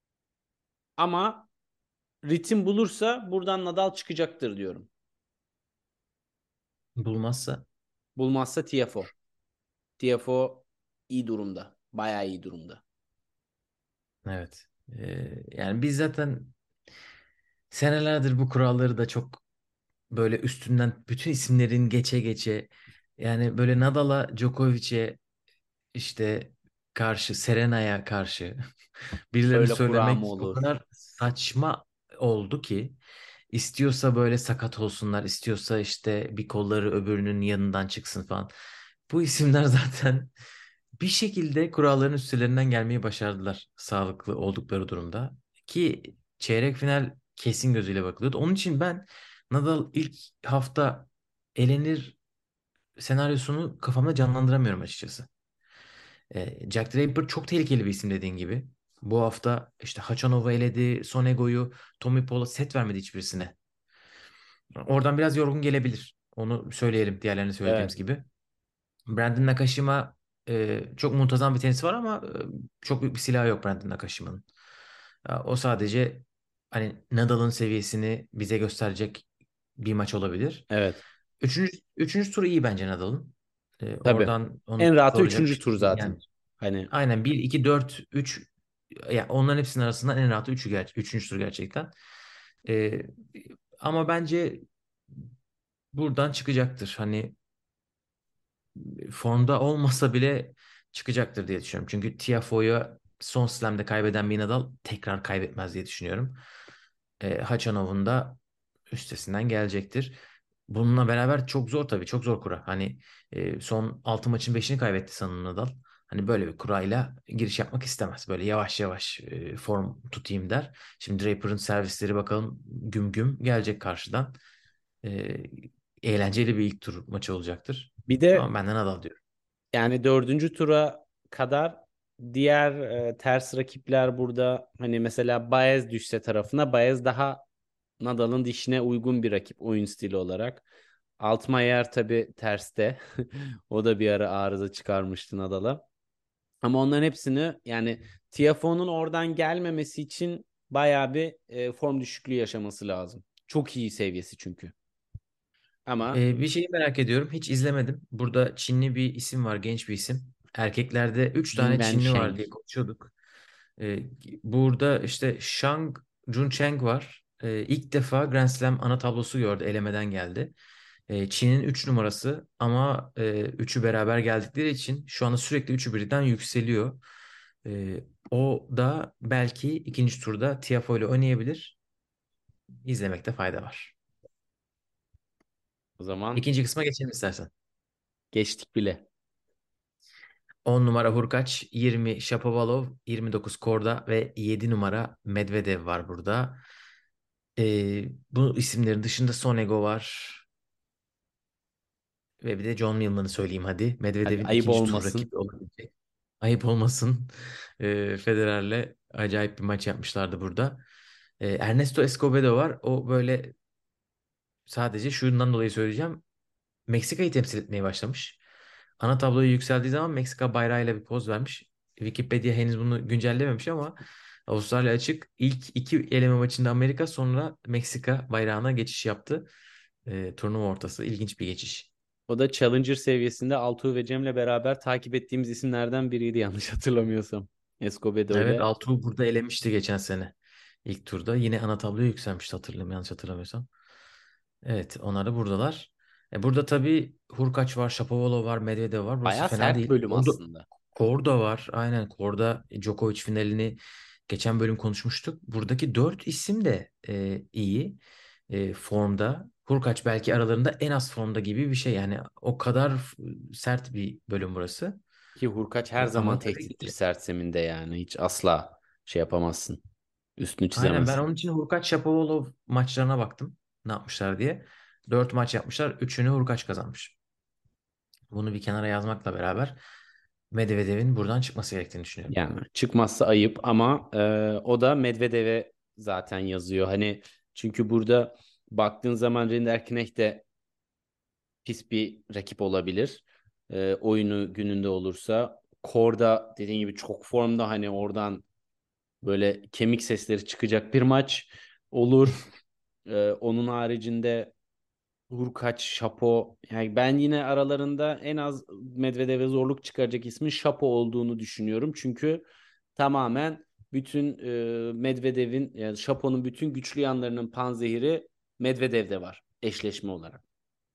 Ama ritim bulursa buradan Nadal çıkacaktır diyorum. Bulmazsa Bulmazsa Tiafoe. Tiafoe iyi durumda. Bayağı iyi durumda. evet. Ee, yani biz zaten senelerdir bu kuralları da çok böyle üstünden bütün isimlerin geçe geçe, yani böyle Nadal'a, Djokovic'e, işte karşı, Serena'ya karşı birilerini Öyle kura mı söylemek o olur? kadar saçma oldu ki, istiyorsa böyle sakat olsunlar, istiyorsa işte bir kolları öbürünün yanından çıksın falan. Bu isimler zaten bir şekilde kuralların üstelerinden gelmeyi başardılar sağlıklı oldukları durumda. Ki çeyrek final kesin gözüyle bakılıyordu. Onun için ben Nadal ilk hafta elenir senaryosunu kafamda canlandıramıyorum açıkçası. E, Jack Draper çok tehlikeli bir isim dediğin gibi. Bu hafta işte Hachanov'u eledi, Sonego'yu, Tommy Paul'a set vermedi hiçbirisine. Oradan biraz yorgun gelebilir. Onu söyleyelim diğerlerini söylediğimiz Evet. gibi. Brandon Nakashima e, çok muntazam bir tenis var ama e, çok büyük bir silahı yok Brandon Nakashima'nın. Ya, o sadece hani Nadal'ın seviyesini bize gösterecek bir maç olabilir. Evet. Üçüncü, üçüncü turu iyi bence Nadal'ın. E, Tabii. oradan onu En rahatı zorlayacak bir üçüncü şey tur değil. Yani zaten. Hani aynen bir iki dört üç, ya onların hepsinin arasından en rahatı üçü ger üçüncü tur gerçekten. E, ama bence buradan çıkacaktır. Hani formda olmasa bile çıkacaktır diye düşünüyorum. Çünkü Tiafoe'ya son slam'de kaybeden bir Nadal tekrar kaybetmez diye düşünüyorum. E, Hachanov'un da üstesinden gelecektir. Bununla beraber çok zor tabii. Çok zor kura. Hani e, son altı maçın beşini kaybetti sanırım Nadal. Hani böyle bir kurayla giriş yapmak istemez. Böyle yavaş yavaş e, form tutayım der. Şimdi Draper'ın servisleri bakalım güm güm gelecek karşıdan. E, eğlenceli bir ilk tur maçı olacaktır. bir de Ama benden Nadal diyorum. yani dördüncü tura kadar diğer e, ters rakipler burada, hani mesela Baez düşse tarafına, Baez daha Nadal'ın dişine uygun bir rakip oyun stili olarak. Altmaier tabii terste. O da bir ara arıza çıkarmıştı Nadal'a. Ama onların hepsini, yani Tiafoe'nun oradan gelmemesi için bayağı bir e, form düşüklüğü yaşaması lazım. Çok iyi seviyesi çünkü. Ama Ee, bir şeyi merak ediyorum. Hiç izlemedim. Burada Çinli bir isim var, genç bir isim. Erkeklerde üç Lin tane Çinli Wensheng. var diye konuşuyorduk. Ee, burada işte Shang Juncheng var. Ee, ilk defa Grand Slam ana tablosu gördü. Elemeden geldi. Ee, Çin'in üç numarası ama e, üçü beraber geldikleri için şu anda sürekli üçü birden yükseliyor. Ee, o da belki ikinci turda Tiafoe ile oynayabilir. İzlemekte fayda var. O zaman İkinci kısma geçelim istersen. geçtik bile. on numara Hurkaç, yirmi Shapovalov, yirmi dokuz Korda ve yedi numara Medvedev var burada. Ee, bu isimlerin dışında Sonego var ve bir de John Millman'ı söyleyeyim hadi. Hadi Medvedev'in ayıp ikinci tur olmasın. rakibi olabilecek. Ayıp olmasın. Ee, Federer'le acayip bir maç yapmışlardı burada. Ee, Ernesto Escobedo var. O böyle sadece şundan dolayı söyleyeceğim. Meksika'yı temsil etmeye başlamış. Ana tabloya yükseldiği zaman Meksika bayrağıyla bir poz vermiş. Wikipedia henüz bunu güncellememiş ama Avustralya açık ilk iki eleme maçında Amerika, sonra Meksika bayrağına geçiş yaptı. Ee, turnuva ortası ilginç bir geçiş. O da Challenger seviyesinde Altuğ ve Cem'le beraber takip ettiğimiz isimlerden biriydi yanlış hatırlamıyorsam. Escobedo Evet, ile. Altuğ burada elemişti geçen sene ilk turda. Yine ana tabloya yükselmişti, hatırlamıyorum yanlış hatırlamıyorsam. Evet, onlar da buradalar. E, burada tabii Hurkaç var, Shapovalov var, Medvedev var. Burası Bayağı fena sert değil. bölüm Orada aslında. Korda var. Aynen, Korda Djokovic finalini geçen bölüm konuşmuştuk. Buradaki dört isim de e, iyi e, formda. Hurkaç belki aralarında en az formda gibi bir şey. Yani o kadar f- sert bir bölüm burası. Ki Hurkaç her E, ama zaman tabii tehdittir sert zeminde yani. Hiç asla şey yapamazsın. Üstünü aynen, ben çizemezsin. onun için Hurkaç Shapovalov maçlarına baktım. Ne yapmışlar diye. Dört maç yapmışlar. Üçünü Hurkaç kazanmış. Bunu bir kenara yazmakla beraber Medvedev'in buradan çıkması gerektiğini düşünüyorum. Yani çıkmazsa ayıp ama e, o da Medvedev'e zaten yazıyor. Hani çünkü burada baktığın zaman Rinderknecht de pis bir rakip olabilir. E, oyunu gününde olursa. Korda dediğin gibi çok formda, hani oradan böyle kemik sesleri çıkacak bir maç olur. E, onun haricinde Hurkaç, Şapo. Yani ben yine aralarında en az Medvedev'e zorluk çıkaracak ismin Şapo olduğunu düşünüyorum. Çünkü tamamen bütün e, Medvedev'in, yani Şapo'nun bütün güçlü yanlarının panzehiri Medvedev'de var eşleşme olarak.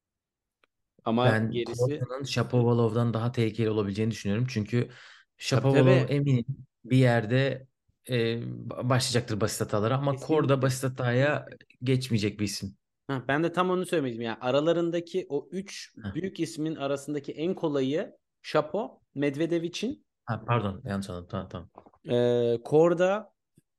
Ama Ben gerisi Korda'nın Shapovalov'dan daha tehlikeli olabileceğini düşünüyorum. Çünkü tabii Shapovalov tabii, eminim bir yerde e, başlayacaktır basit hatalara ama Korda kesinlikle. basit hataya geçmeyecek bir isim. Ha, ben de tam onu söylemiştim. Yani aralarındaki o üç Heh. büyük ismin arasındaki en kolayı Şapo, Medvedev için. Ha, pardon, yanlış anladım. Tamam, tamam. Ee, Korda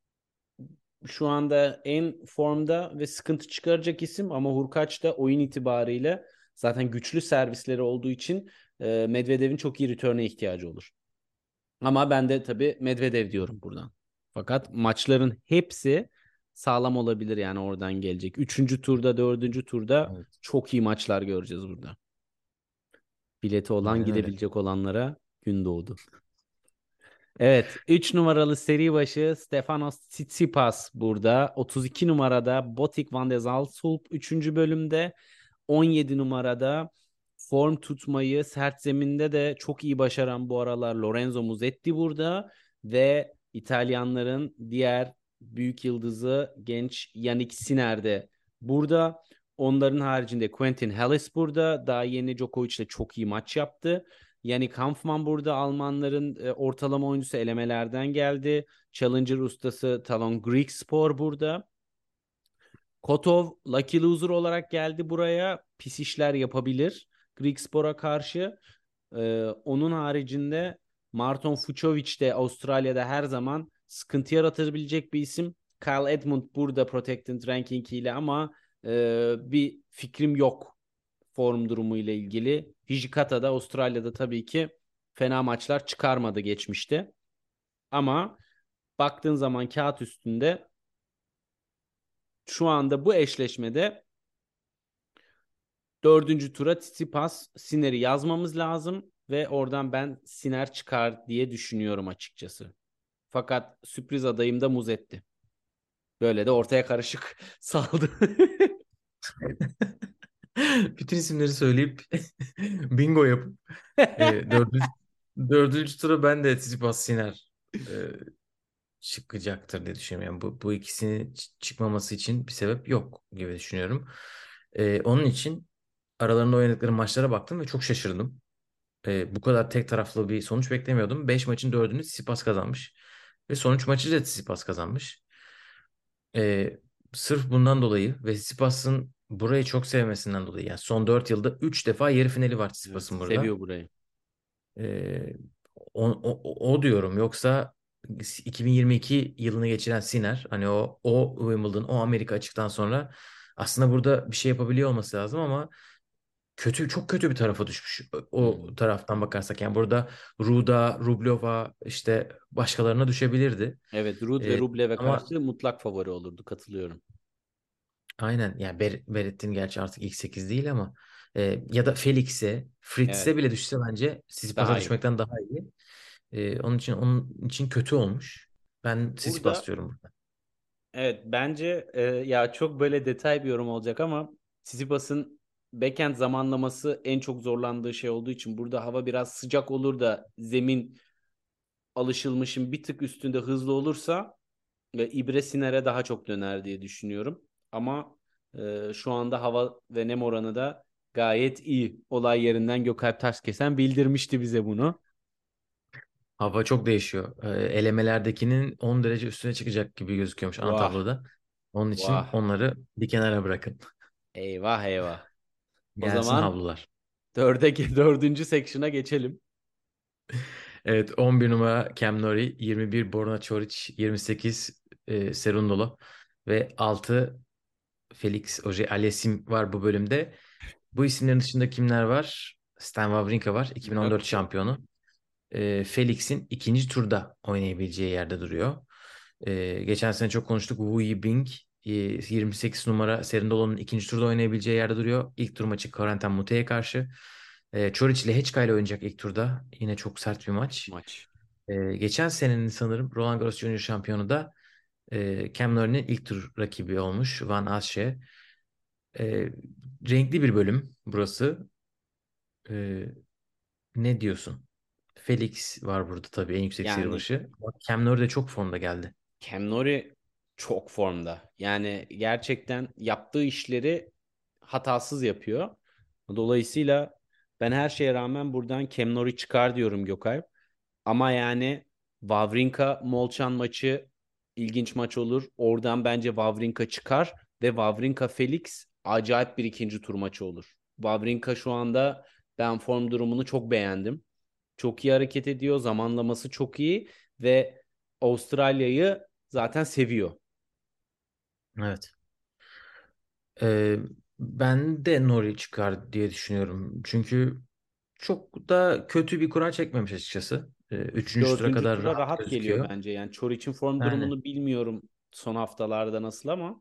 şu anda en formda ve sıkıntı çıkaracak isim, ama Hurkaç da oyun itibariyle zaten güçlü servisleri olduğu için e, Medvedev'in çok iyi return'e ihtiyacı olur. Ama ben de tabii Medvedev diyorum buradan. Fakat maçların hepsi sağlam olabilir yani oradan gelecek. Üçüncü turda, dördüncü turda Evet, çok iyi maçlar göreceğiz burada. Bileti olan, aynen öyle. gidebilecek olanlara Gün doğdu. Evet, üç numaralı seri başı Stefanos Tsitsipas burada. otuz iki numarada Botic van de Zaltsulp üçüncü bölümde. on yedi numarada form tutmayı sert zeminde de çok iyi başaran bu aralar Lorenzo Musetti burada. Ve İtalyanların diğer büyük yıldızı genç Yannick Sinner de burada. Onların haricinde Quentin Halys burada. Daha yeni Djokovic ile çok iyi maç yaptı. Yani Kampfman burada Almanların e, ortalama oyuncusu elemelerden geldi. Challenger ustası Talon Griekspoor burada. Kotov Lucky Loser olarak geldi buraya. Pis işler yapabilir Griekspoor'a karşı. Ee, onun haricinde Marton Fucsovics de Avustralya'da her zaman sıkıntı yaratabilecek bir isim. Kyle Edmund burada Protected Ranking ile ama e, bir fikrim yok form durumu ile ilgili. Hijikata da Avustralya'da tabii ki fena maçlar çıkarmadı geçmişte. Ama baktığın zaman kağıt üstünde şu anda bu eşleşmede dördüncü tura Tsitsipas Sinner'i yazmamız lazım ve oradan ben Sinner çıkar diye düşünüyorum açıkçası. Fakat sürpriz adayım da Musetti. Böyle de ortaya karışık saldı. Bütün isimleri söyleyip bingo yapıp e, dördüncü, dördüncü tura ben de Tsitsipas Sinner e, çıkacaktır diye düşünüyorum. Yani bu, bu ikisinin ç- çıkmaması için bir sebep yok gibi düşünüyorum. E, onun için aralarında oynadıkları maçlara baktım ve çok şaşırdım. E, bu kadar tek taraflı bir sonuç beklemiyordum. Beş maçın dördünü Tsitsipas kazanmış. Ve sonuç maçı da Tsitsipas kazanmış. E, Sırf bundan dolayı ve Tsitsipas'ın burayı çok sevmesinden dolayı. Yani son dört yılda üç defa yarı finali var Evet, Tsitsipas'ın burada. seviyor burayı. E, o, o, o diyorum. Yoksa iki bin yirmi iki yılını geçiren Sinner, hani o o Wimbledon, o Amerika açıktan sonra aslında burada bir şey yapabiliyor olması lazım ama kötü, çok kötü bir tarafa düşmüş Hı o hı. taraftan bakarsak. Yani burada Ruda, Rubleva, işte başkalarına düşebilirdi. Evet, Rud ve Ee, Rublev'e ama karşı mutlak favori olurdu. Katılıyorum. aynen, yani Ber Berrettini gerçi artık ilk sekiz değil ama e, ya da Felix'e, Evet, Fritz'e bile düşse bence Tsitsipas'a daha iyi. düşmekten daha iyi. Ee, onun için onun için kötü olmuş. Ben Tsitsipas Burada diyorum burada. evet bence e, ya çok böyle detay bir yorum olacak ama Tsitsipas'ın backhand zamanlaması en çok zorlandığı şey olduğu için burada hava biraz sıcak olur da zemin alışılmışın bir tık üstünde hızlı olursa ve İbre Siner'e daha çok döner diye düşünüyorum. Ama e, şu anda hava ve nem oranı da gayet iyi. Olay yerinden Gökalp Taşkesen bildirmişti bize bunu. Hava çok değişiyor. Ee, elemelerdekinin on derece üstüne çıkacak gibi gözüküyormuş ana Vah tabloda. Onun için vah, onları bir kenara bırakın. eyvah eyvah. O Gelsin zaman havlular. dörde, dördüncü section'a geçelim. Evet, on bir numara Cam Norrie, yirmi bir Borna Çoric, yirmi sekiz e, Serundolo ve altı Felix Auger-Aliassime var bu bölümde. Bu isimlerin dışında kimler var? Stan Wawrinka var, iki bin on dört Yoktu. şampiyonu. E, Felix'in ikinci turda oynayabileceği yerde duruyor. E, geçen sene çok konuştuk. Wu Yibing, e, yirmi sekiz numara Serundolo'nun ikinci turda oynayabileceği yerde duruyor. İlk tur maçı Corentin Moutet'e karşı. E, Çoric ile Hečka ile oynayacak ilk turda. Yine çok sert bir maç. Maç. Ee, geçen senenin sanırım Roland Garros Junior şampiyonu da e, Cam Norrie'nin ilk tur rakibi olmuş Van Assche. Ee, Renkli bir bölüm burası. Ee, Ne diyorsun? Felix var burada tabii, en yüksek seri Yani başı. Ama Cam Norrie de çok formda geldi. Cam Norrie çok formda. Yani gerçekten yaptığı işleri hatasız yapıyor. Dolayısıyla ben her şeye rağmen buradan Cam Norrie çıkar diyorum Gökay. Ama yani Wawrinka Molchan maçı ilginç maç olur. Oradan bence Wawrinka çıkar ve Wawrinka Felix acayip bir ikinci tur maçı olur. Wawrinka şu anda ben form durumunu çok beğendim. Çok iyi hareket ediyor. Zamanlaması çok iyi ve Avustralya'yı zaten seviyor. Evet. Ee, Ben de Norrie çıkar diye düşünüyorum. Çünkü çok da kötü bir kura çekmemiş açıkçası. Ee, üçüncü tura Dördüncü kadar tura rahat rahat geliyor gözüküyor. bence. Yani Çoriç'in form Yani durumunu bilmiyorum son haftalarda nasıl ama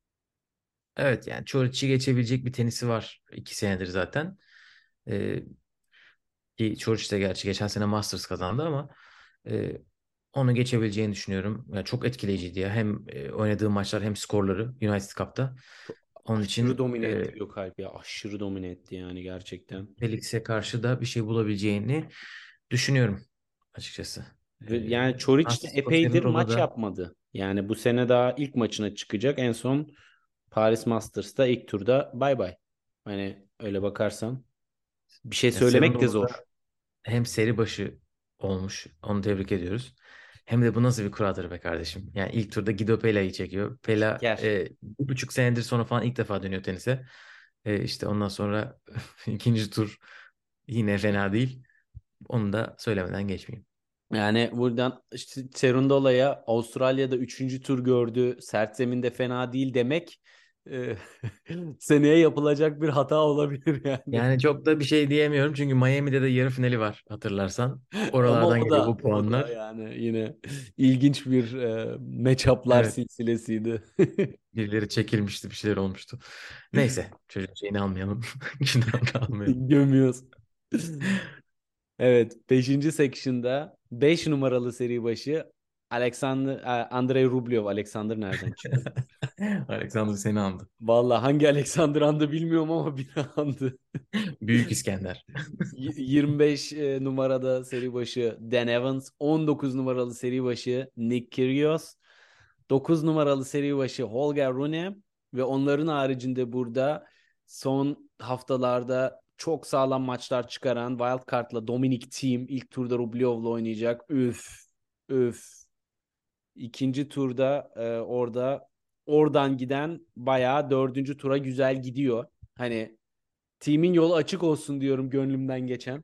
evet, yani Çoriç'i geçebilecek bir tenisi var iki senedir zaten. Ee, Ki Çoric de gerçi geçen sene Masters kazandı ama e, onu geçebileceğini düşünüyorum. Yani çok etkileyiciydi ya. Hem e, oynadığı maçlar hem skorları United Cup'ta. Çok Onun aşırı için domine e, etti Gökalp ya. Aşırı domine etti yani gerçekten. Felix'e karşı da bir şey bulabileceğini düşünüyorum açıkçası. E, Ve yani Çoric de Francisco epeydir Cerundolo maç da yapmadı. Yani bu sene daha ilk maçına çıkacak. En son Paris Masters'ta ilk turda bay bay. Hani öyle bakarsan bir şey ya söylemek de Cerundolo zor. da hem seri başı olmuş. Onu tebrik ediyoruz. Hem de bu nasıl bir kuradır be kardeşim. Yani ilk turda Guido Pela'yı çekiyor. Pela Şeker. e, bir buçuk senedir sonra falan ilk defa dönüyor tenise. E, işte ondan sonra ikinci tur yine fena değil. Onu da söylemeden geçmeyeyim. Yani buradan işte Cerundolo'ya Avustralya'da üçüncü tur gördü. Sert zeminde fena değil demek e, seneye yapılacak bir hata olabilir yani. Yani çok da bir şey diyemiyorum çünkü Miami'de de yarı finali var hatırlarsan. Ama Oralardan o geliyor bu da o da puanlar. yani yine ilginç bir e, matchup'lar Evet, silsilesiydi. birileri çekilmişti, bir şeyler olmuştu. Neyse, çocuğun şeyini almayalım. Günahını kalmayalım. Gömüyoruz. Evet, beşinci section'da beş numaralı seri başı Alexander e, Andrei Rublev. Alexander nereden çıktı? Alexander seni andı. Vallahi hangi Alexander andı bilmiyorum ama biri andı. Büyük İskender. Y- yirmi beş e, numarada seri başı Dan Evans, on dokuz numaralı seri başı Nick Kyrgios, dokuz numaralı seri başı Holger Rune ve onların haricinde burada son haftalarda çok sağlam maçlar çıkaran Wildcard'la Dominic Thiem ilk turda Rublev'la oynayacak. Üf, üf. İkinci turda e, orada oradan giden bayağı dördüncü tura güzel gidiyor. Hani Team'in yolu açık olsun diyorum gönlümden geçen.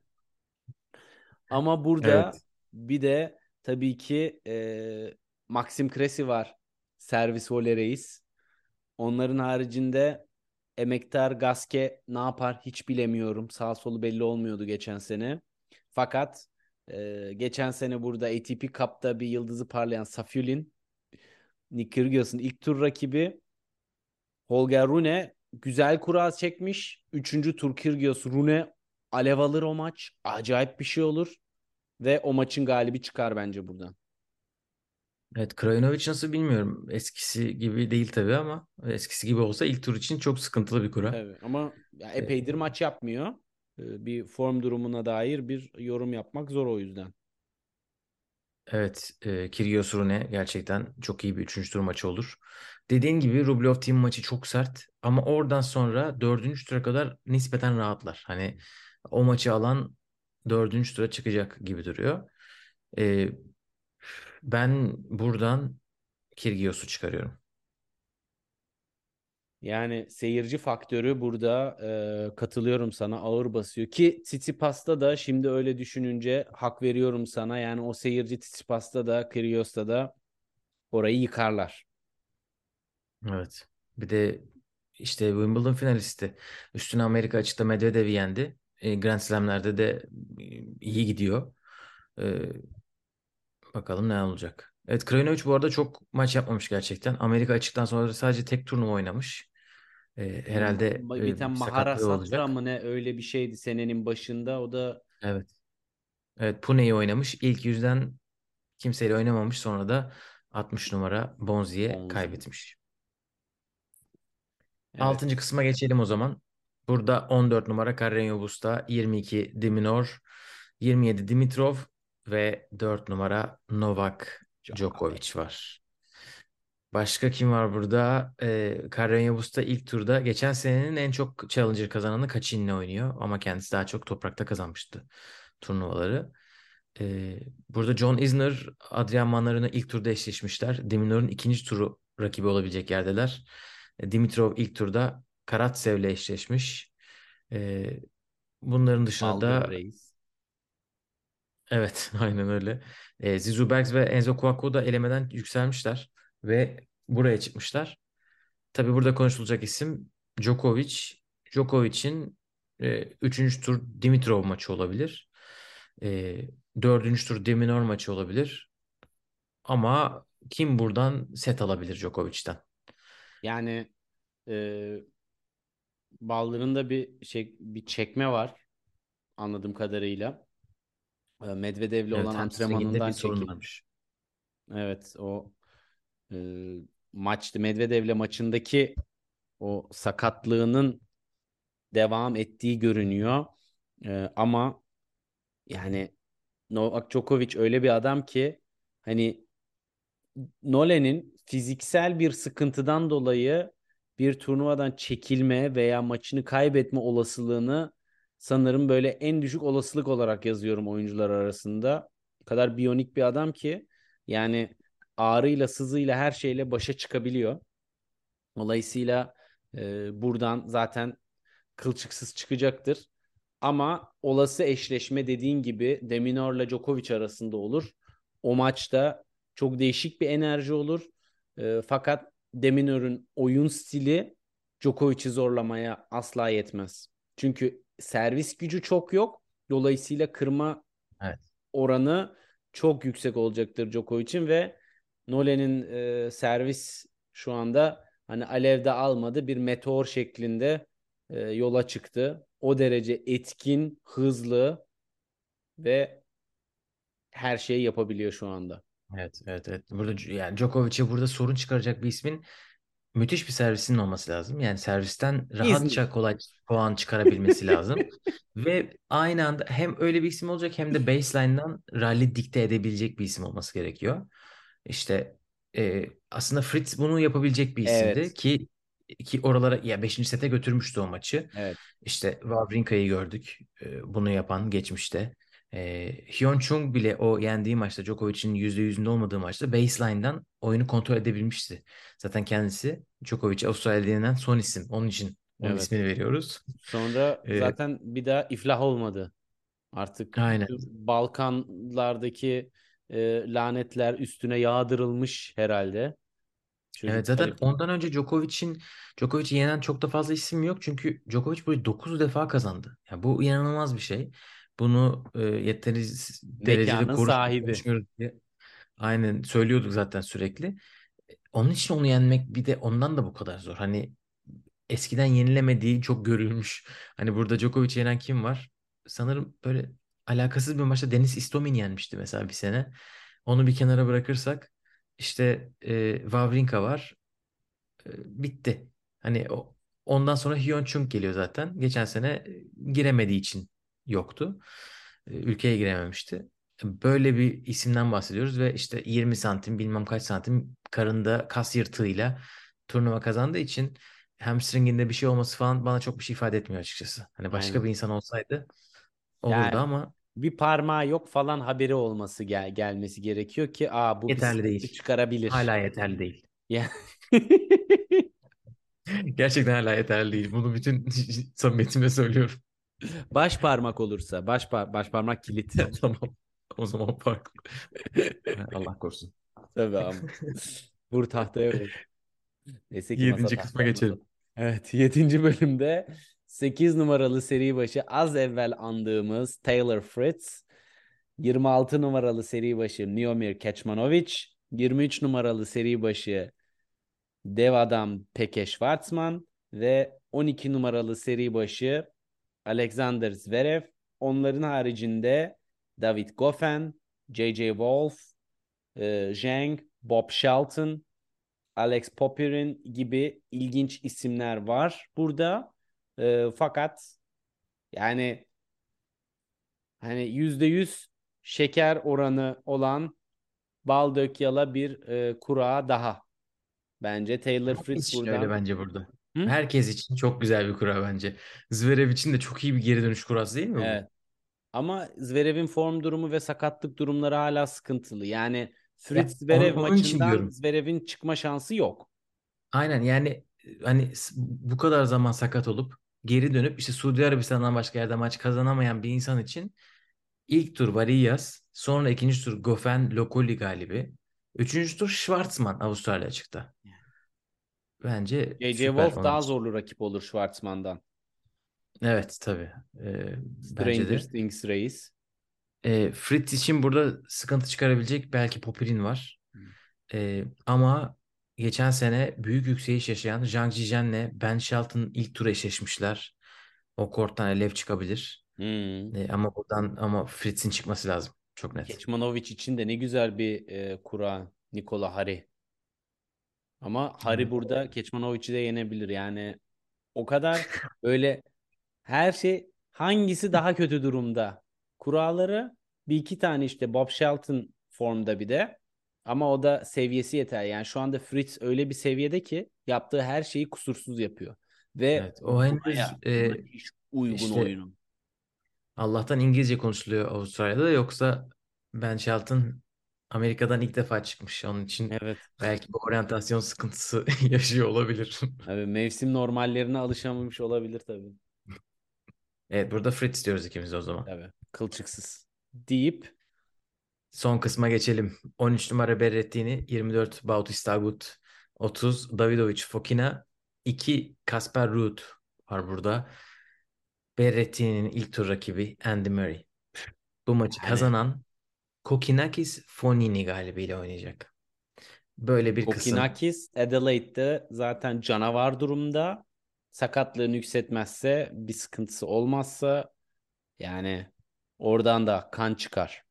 Ama burada Evet. bir de tabii ki e, Maxim Cressy var. Servis voley reis. Onların haricinde Emektar Gaske ne yapar hiç bilemiyorum. Sağ solu belli olmuyordu geçen sene. Fakat e, geçen sene burada A T P Cup'ta bir yıldızı parlayan Safiulin, Nick Kyrgios'un ilk tur rakibi Holger Rune güzel kura çekmiş. Üçüncü tur Kyrgios Rune alev alır o maç. Acayip bir şey olur. Ve o maçın galibi çıkar bence buradan. Evet, Krajinovic nasıl bilmiyorum. Eskisi gibi değil tabii ama eskisi gibi olsa ilk tur için çok sıkıntılı bir kura. Tabii ama ya Ee, epeydir maç yapmıyor. Ee, Bir form durumuna dair bir yorum yapmak zor o yüzden. Evet, e, Kyrgios Rune gerçekten çok iyi bir üçüncü tur maçı olur. Dediğin gibi Rublev Team maçı çok sert ama oradan sonra dördüncü tura kadar nispeten rahatlar. Hani o maçı alan dördüncü tura çıkacak gibi duruyor. E, Ben buradan Kyrgios'u çıkarıyorum. Yani seyirci faktörü burada e, katılıyorum sana ağır basıyor ki Tsitsipas'ta da şimdi öyle düşününce hak veriyorum sana. Yani o seyirci Tsitsipas'ta da Kyrgios'ta da orayı yıkarlar. Evet. Bir de işte Wimbledon finalisti. Üstüne Amerika açıkta Medvedev'i yendi. E, Grand Slam'lerde de e, iyi gidiyor. E, Bakalım ne olacak. Evet, Krajinovic bu arada çok maç yapmamış gerçekten. Amerika açıktan sonra sadece tek turnuva oynamış. E, herhalde Ma- Bir e, tane sakatlığı Maharashtra olacak. mı ne öyle bir şeydi senenin başında. O da Evet. Evet, Pune'yi oynamış. İlk yüzden kimseyle oynamamış. Sonra da altmış numara Bonzi'ye Bonzi. kaybetmiş. Altıncı Evet. kısma geçelim o zaman. Burada on dört numara Carreño Busta, yirmi iki Diminor, yirmi yedi Dimitrov ve dört numara Novak Djokovic Djokovic. var. Başka kim var burada? Ee, Carreño Busta ilk turda geçen senenin en çok Challenger kazananı Kachin'le oynuyor. Ama kendisi daha çok toprakta kazanmıştı turnuvaları. Ee, burada John Isner, Adrian Manarino ilk turda eşleşmişler. Diminor'un ikinci turu rakibi olabilecek yerdeler. E, Dimitrov ilk turda Karatsev'le eşleşmiş. Ee, Bunların dışında Baldır da Reis. evet, aynen öyle. Ee, Zizou Bergs ve Enzo Couacaud da elemeden yükselmişler ve buraya çıkmışlar. Tabii burada konuşulacak isim Djokovic. Djokovic'in e, üçüncü tur Dimitrov maçı olabilir. E, dördüncü tur Deminor maçı olabilir. Ama kim buradan set alabilir Djokovic'ten? Yani e, Baldır'ın da bir şey bir çekme var. anladığım kadarıyla. E, Medvedev'le Evet, olan hamstringinde bir antrenmanından sorun çekil. varmış. Evet, o e, maçtı. Medvedev'le maçındaki o sakatlığının devam ettiği görünüyor. E, ama yani Novak Djokovic öyle bir adam ki hani Nolan'in fiziksel bir sıkıntıdan dolayı bir turnuvadan çekilme veya maçını kaybetme olasılığını sanırım böyle en düşük olasılık olarak yazıyorum oyuncular arasında. O kadar biyonik bir adam ki yani ağrıyla, sızıyla her şeyle başa çıkabiliyor. Dolayısıyla e, buradan zaten kılçıksız çıkacaktır. Ama olası eşleşme dediğin gibi De Minaur'la Djokovic arasında olur. O maçta çok değişik bir enerji olur. E, fakat De Minaur'un oyun stili Djokovic'i zorlamaya asla yetmez. Çünkü servis gücü çok yok. Dolayısıyla kırma Evet. oranı çok yüksek olacaktır Djokovic'in ve Nolan'in e, servis şu anda hani alevde almadı bir meteor şeklinde e, yola çıktı. O derece etkin, hızlı ve her şeyi yapabiliyor şu anda. Evet, evet, evet. Burada c- yani Djokovic'e burada sorun çıkaracak bir ismin müthiş bir servisinin olması lazım. Yani servisten İzmir. rahatça kolay puan çıkarabilmesi lazım. Ve aynı anda hem öyle bir isim olacak hem de baseline'dan rally dikte edebilecek bir isim olması gerekiyor. İşte e, aslında Fritz bunu yapabilecek bir isimdi Evet, ki ki oralara ya beşinci sete götürmüştü o maçı. evet, İşte Wawrinka'yı gördük e, bunu yapan geçmişte. E, Hyun Chung bile o yendiği maçta Djokovic'in yüzde yüzünde olmadığı maçta baseline'dan oyunu kontrol edebilmişti. Zaten kendisi Djokovic Avustralya'da yenen son isim. Onun için onun evet. ismini veriyoruz. Sonra E, zaten bir daha iflah olmadı. Artık aynen. bütün Balkanlardaki e, lanetler üstüne yağdırılmış herhalde. Evet, Çocuk zaten garip. ondan önce Djokovic'in Djokovic'i yenen çok da fazla isim yok. Çünkü Djokovic böyle dokuz defa kazandı. Ya bu inanılmaz bir şey. Bunu e, yeteri derecede Mekanın konuş sahibi. konuşmuyoruz diye. Aynen söylüyorduk zaten sürekli. Onun için onu yenmek bir de ondan da bu kadar zor. Hani eskiden yenilemediği çok görülmüş. Hani burada Djokovic yenen kim var? Sanırım böyle alakasız bir maçta Denis Istomin yenmişti mesela bir sene. Onu bir kenara bırakırsak işte e, Wawrinka var. E, bitti. Hani o, ondan sonra Hyun Chung geliyor zaten. Geçen sene e, giremediği için yoktu. E, ülkeye girememişti. Böyle bir isimden bahsediyoruz ve işte yirmi santim bilmem kaç santim karında kas yırtığıyla turnuva kazandığı için hamstringinde bir şey olması falan bana çok bir şey ifade etmiyor açıkçası. Hani başka Aynen. bir insan olsaydı olurdu Yani ama bir parmağı yok falan haberi olması gel gelmesi gerekiyor ki aa bu bir yeterli sıkıntı değil. çıkarabilir. Hala yeterli değil. Ya Gerçekten hala yeterli değil. Bunu bütün samimiyetimle söylüyorum. baş parmak olursa baş par baş parmak kilit. Tamam. O zaman farklı. Allah korusun. Tabii ama. Vur tahtaya vur. Neyse ki masa Yedinci kısma tahtamızda. geçelim. Evet, yedinci bölümde sekiz numaralı seri başı az evvel andığımız Taylor Fritz, yirmi altı numaralı seri başı Miomir Kecmanovic, yirmi üç numaralı seri başı dev adam Peke Schwartzman ve on iki numaralı seri başı Alexander Zverev. Onların haricinde David Goffin, J J Wolf, e, Zhang, Bob Shelton, Alex Popyrin gibi ilginç isimler var burada. E, fakat yani hani yüzde yüz şeker oranı olan bal dök yala bir e, kura daha. Bence Taylor Herkes Fritz için öyle buradan. bence burada. Hı? Herkes için çok güzel bir kura bence. Zverev için de çok iyi bir geri dönüş kurası değil mi bu? Evet. Ama Zverev'in form durumu ve sakatlık durumları hala sıkıntılı. Yani Ya Fritz on- Zverev onun için maçından diyorum. Zverev'in çıkma şansı yok. Aynen yani hani s- bu kadar zaman sakat olup geri dönüp işte Suudi Arabistan'dan başka yerde maç kazanamayan bir insan için ilk tur Varillas, sonra ikinci tur Goffin Lokoli galibi. Üçüncü tur Schwartzman Avustralya açıkta. Bence J J süper Wolf onun daha için. zorlu rakip olur Schwartzman'dan. Evet tabii. Ee, bence Stranger de. Things reis. Ee, Fritz için burada sıkıntı çıkarabilecek belki Popyrin var. Ee, ama geçen sene büyük yükseliş yaşayan Zhang Zhijian'le Ben Shelton ilk tura eşleşmişler. O korttan elev çıkabilir. Hmm. E, ama buradan ama Fritz'in çıkması lazım. Çok net. Keçmanovic için de ne güzel bir e, kura Nikola Hari. Ama Hari Evet. burada Keçmanovic'i de yenebilir. Yani o kadar böyle her şey hangisi daha kötü durumda? Kuralları bir iki tane işte Bob Shelton formda bir de. Ama o da seviyesi yeter. Yani şu anda Fritz öyle bir seviyede ki yaptığı her şeyi kusursuz yapıyor. Ve Evet. O henüz buna, e, müthiş uygun işte oyunu. Allah'tan İngilizce konuşuluyor Avustralya'da, yoksa Ben Shelton Amerika'dan ilk defa çıkmış. Onun için Evet. belki bir oryantasyon sıkıntısı yaşıyor olabilir. Abi mevsim normallerine alışamamış olabilir tabii. Evet, burada Fritz diyoruz ikimiz de o zaman. Tabii. Kılçıksız. Deyip Son kısma geçelim. on üç numara Berrettini, yirmi dört Bautista Agut, otuz Davidovic Fokina, iki Kasper Ruud var burada. Berrettini'nin ilk tur rakibi Andy Murray. Bu maçı yani kazanan Kokinakis Fonini galibiyle oynayacak. Böyle bir kısım. Kokinakis Adelaide'de zaten canavar durumda. Sakatlığını yükseltmezse bir sıkıntısı olmazsa yani oradan da kan çıkar.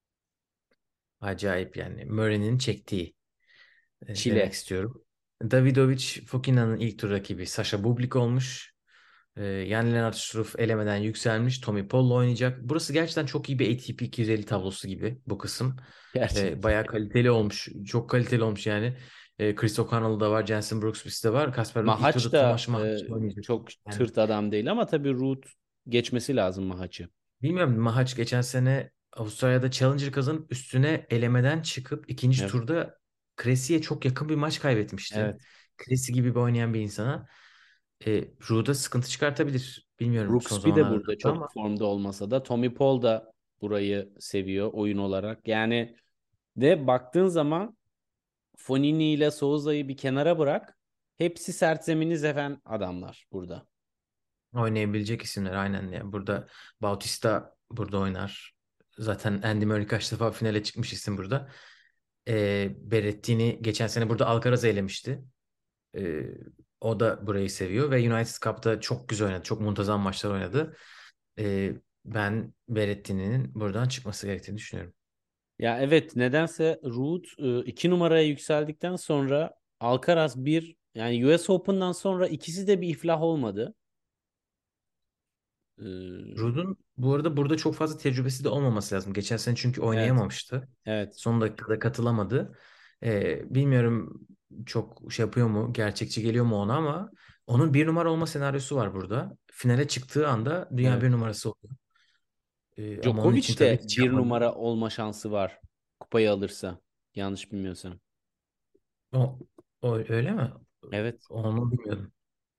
Acayip yani. Murray'nin çektiği e, demek Çile. istiyorum. Davidovic Fokina'nın ilk tur rakibi Sasha Bublik olmuş. E, Jan Lennart Struff elemeden yükselmiş. Tommy Paul'la oynayacak. Burası gerçekten çok iyi bir A T P iki yüz elli tablosu gibi bu kısım. E, Gerçek. bayağı kaliteli olmuş. Çok kaliteli olmuş yani. E, Chris O'Connell da var. Jensen Brooksby de var. Kasper Ruud ilk Mahaç turda Tomasz da Machac e, oynayacak. çok Yani tırt adam değil ama tabii Ruud geçmesi lazım Mahaç'ı. bilmiyorum, Mahac geçen sene Avustralya'da Challenger kazanıp üstüne elemeden çıkıp ikinci Evet. turda Cressie'ye çok yakın bir maç kaybetmişti. Evet. Cressy gibi bir oynayan bir insana e, Ruud'a sıkıntı çıkartabilir. Bilmiyorum son Brooksby de zamanlarda burada ama çok formda olmasa da Tommy Paul da burayı seviyor oyun olarak. Yani de baktığın zaman Fonini ile Souza'yı bir kenara bırak. Hepsi sert zemini seven adamlar burada. oynayabilecek isimler aynen yani. Burada Bautista burada oynar. Zaten Andy Murray kaç defa finale çıkmış isim burada. E, Berrettini geçen sene burada Alcaraz'ı elemişti. E, O da burayı seviyor ve United Cup'ta çok güzel oynadı. Çok muntazam maçlar oynadı. E, Ben Berrettini'nin buradan çıkması gerektiğini düşünüyorum. Ya evet nedense Ruud e, iki numaraya yükseldikten sonra Alcaraz bir yani U S Open'dan sonra ikisi de bir iflah olmadı. Ee, Ruud'un bu arada burada çok fazla tecrübesi de olmaması lazım. Geçen sene çünkü evet, oynayamamıştı. evet. Son dakikada katılamadı. E, bilmiyorum çok şey yapıyor mu, gerçekçi geliyor mu ona, ama onun bir numara olma senaryosu var burada. Finale çıktığı anda dünya Evet. bir numarası oluyor. E, ama onun için Djokovic tabii de ki bir çaba. numara olma şansı var. Kupayı alırsa. Yanlış bilmiyorsam. O, o öyle mi? Evet. Onu bilmiyordum.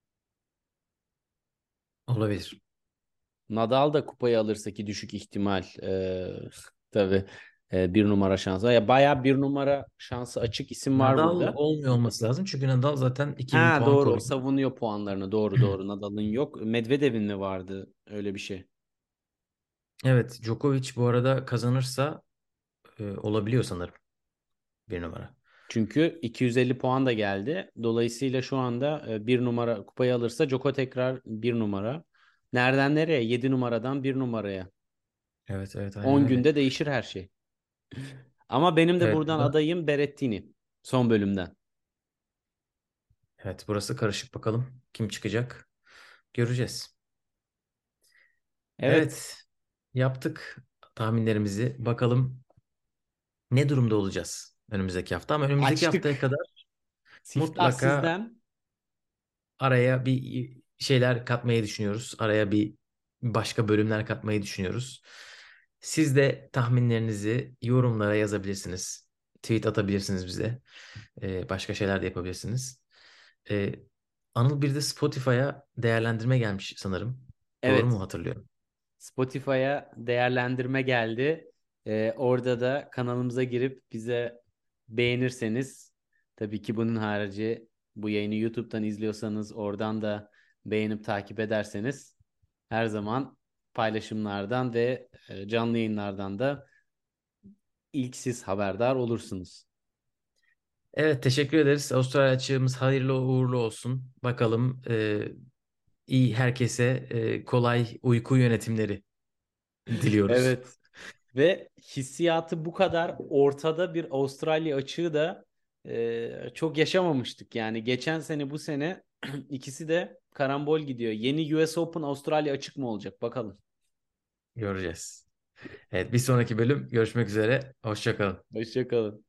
Olabilir. Nadal da kupayı alırsa ki düşük ihtimal. Ee, tabii e, bir numara şansı. Ya bayağı bir numara şansı açık isim var Nadal burada. olmuyor olması lazım. Çünkü Nadal zaten iki bin Ha puan doğru o koruyor. savunuyor puanlarını. Doğru doğru. Nadal'ın yok. Medvedev'in mi vardı? Öyle bir şey. Evet, Djokovic bu arada kazanırsa e, olabiliyor sanırım bir numara. Çünkü iki yüz elli puan da geldi. Dolayısıyla şu anda e, bir numara kupayı alırsa Djoko tekrar bir numara. Nereden nereye? Yedi numaradan bir numaraya. Evet, evet, aynen On öyle. günde değişir her şey. Ama benim de Evet, buradan burada, adayım Berrettini. Son bölümden. evet burası karışık, bakalım kim çıkacak. Göreceğiz. Evet. Evet, yaptık tahminlerimizi. Bakalım ne durumda olacağız önümüzdeki hafta, ama önümüzdeki haftaya Açtık. kadar Siftah mutlaka sizden. araya bir şeyler katmayı düşünüyoruz. Araya bir başka bölümler katmayı düşünüyoruz. Siz de tahminlerinizi yorumlara yazabilirsiniz. Tweet atabilirsiniz bize. Ee, başka şeyler de yapabilirsiniz. Ee, Anıl, bir de Spotify'a değerlendirme gelmiş sanırım. Doğru mu Evet. hatırlıyorum? Spotify'a değerlendirme geldi. Ee, orada da kanalımıza girip bize beğenirseniz tabii ki bunun harici bu yayını YouTube'dan izliyorsanız oradan da beğenip takip ederseniz her zaman paylaşımlardan ve e, canlı yayınlardan da ilk siz haberdar olursunuz. Evet, teşekkür ederiz. Avustralya açığımız hayırlı uğurlu olsun. Bakalım e, iyi herkese e, kolay uyku yönetimleri. diliyoruz. Evet. Ve hissiyatı bu kadar ortada bir Avustralya açığı da e, çok yaşamamıştık. Yani geçen sene bu sene ikisi de karambol gidiyor. Yeni U S Open Avustralya açık mı olacak? Bakalım. Göreceğiz. Evet, bir sonraki bölüm görüşmek üzere. Hoşça kalın. Hoşça kalın.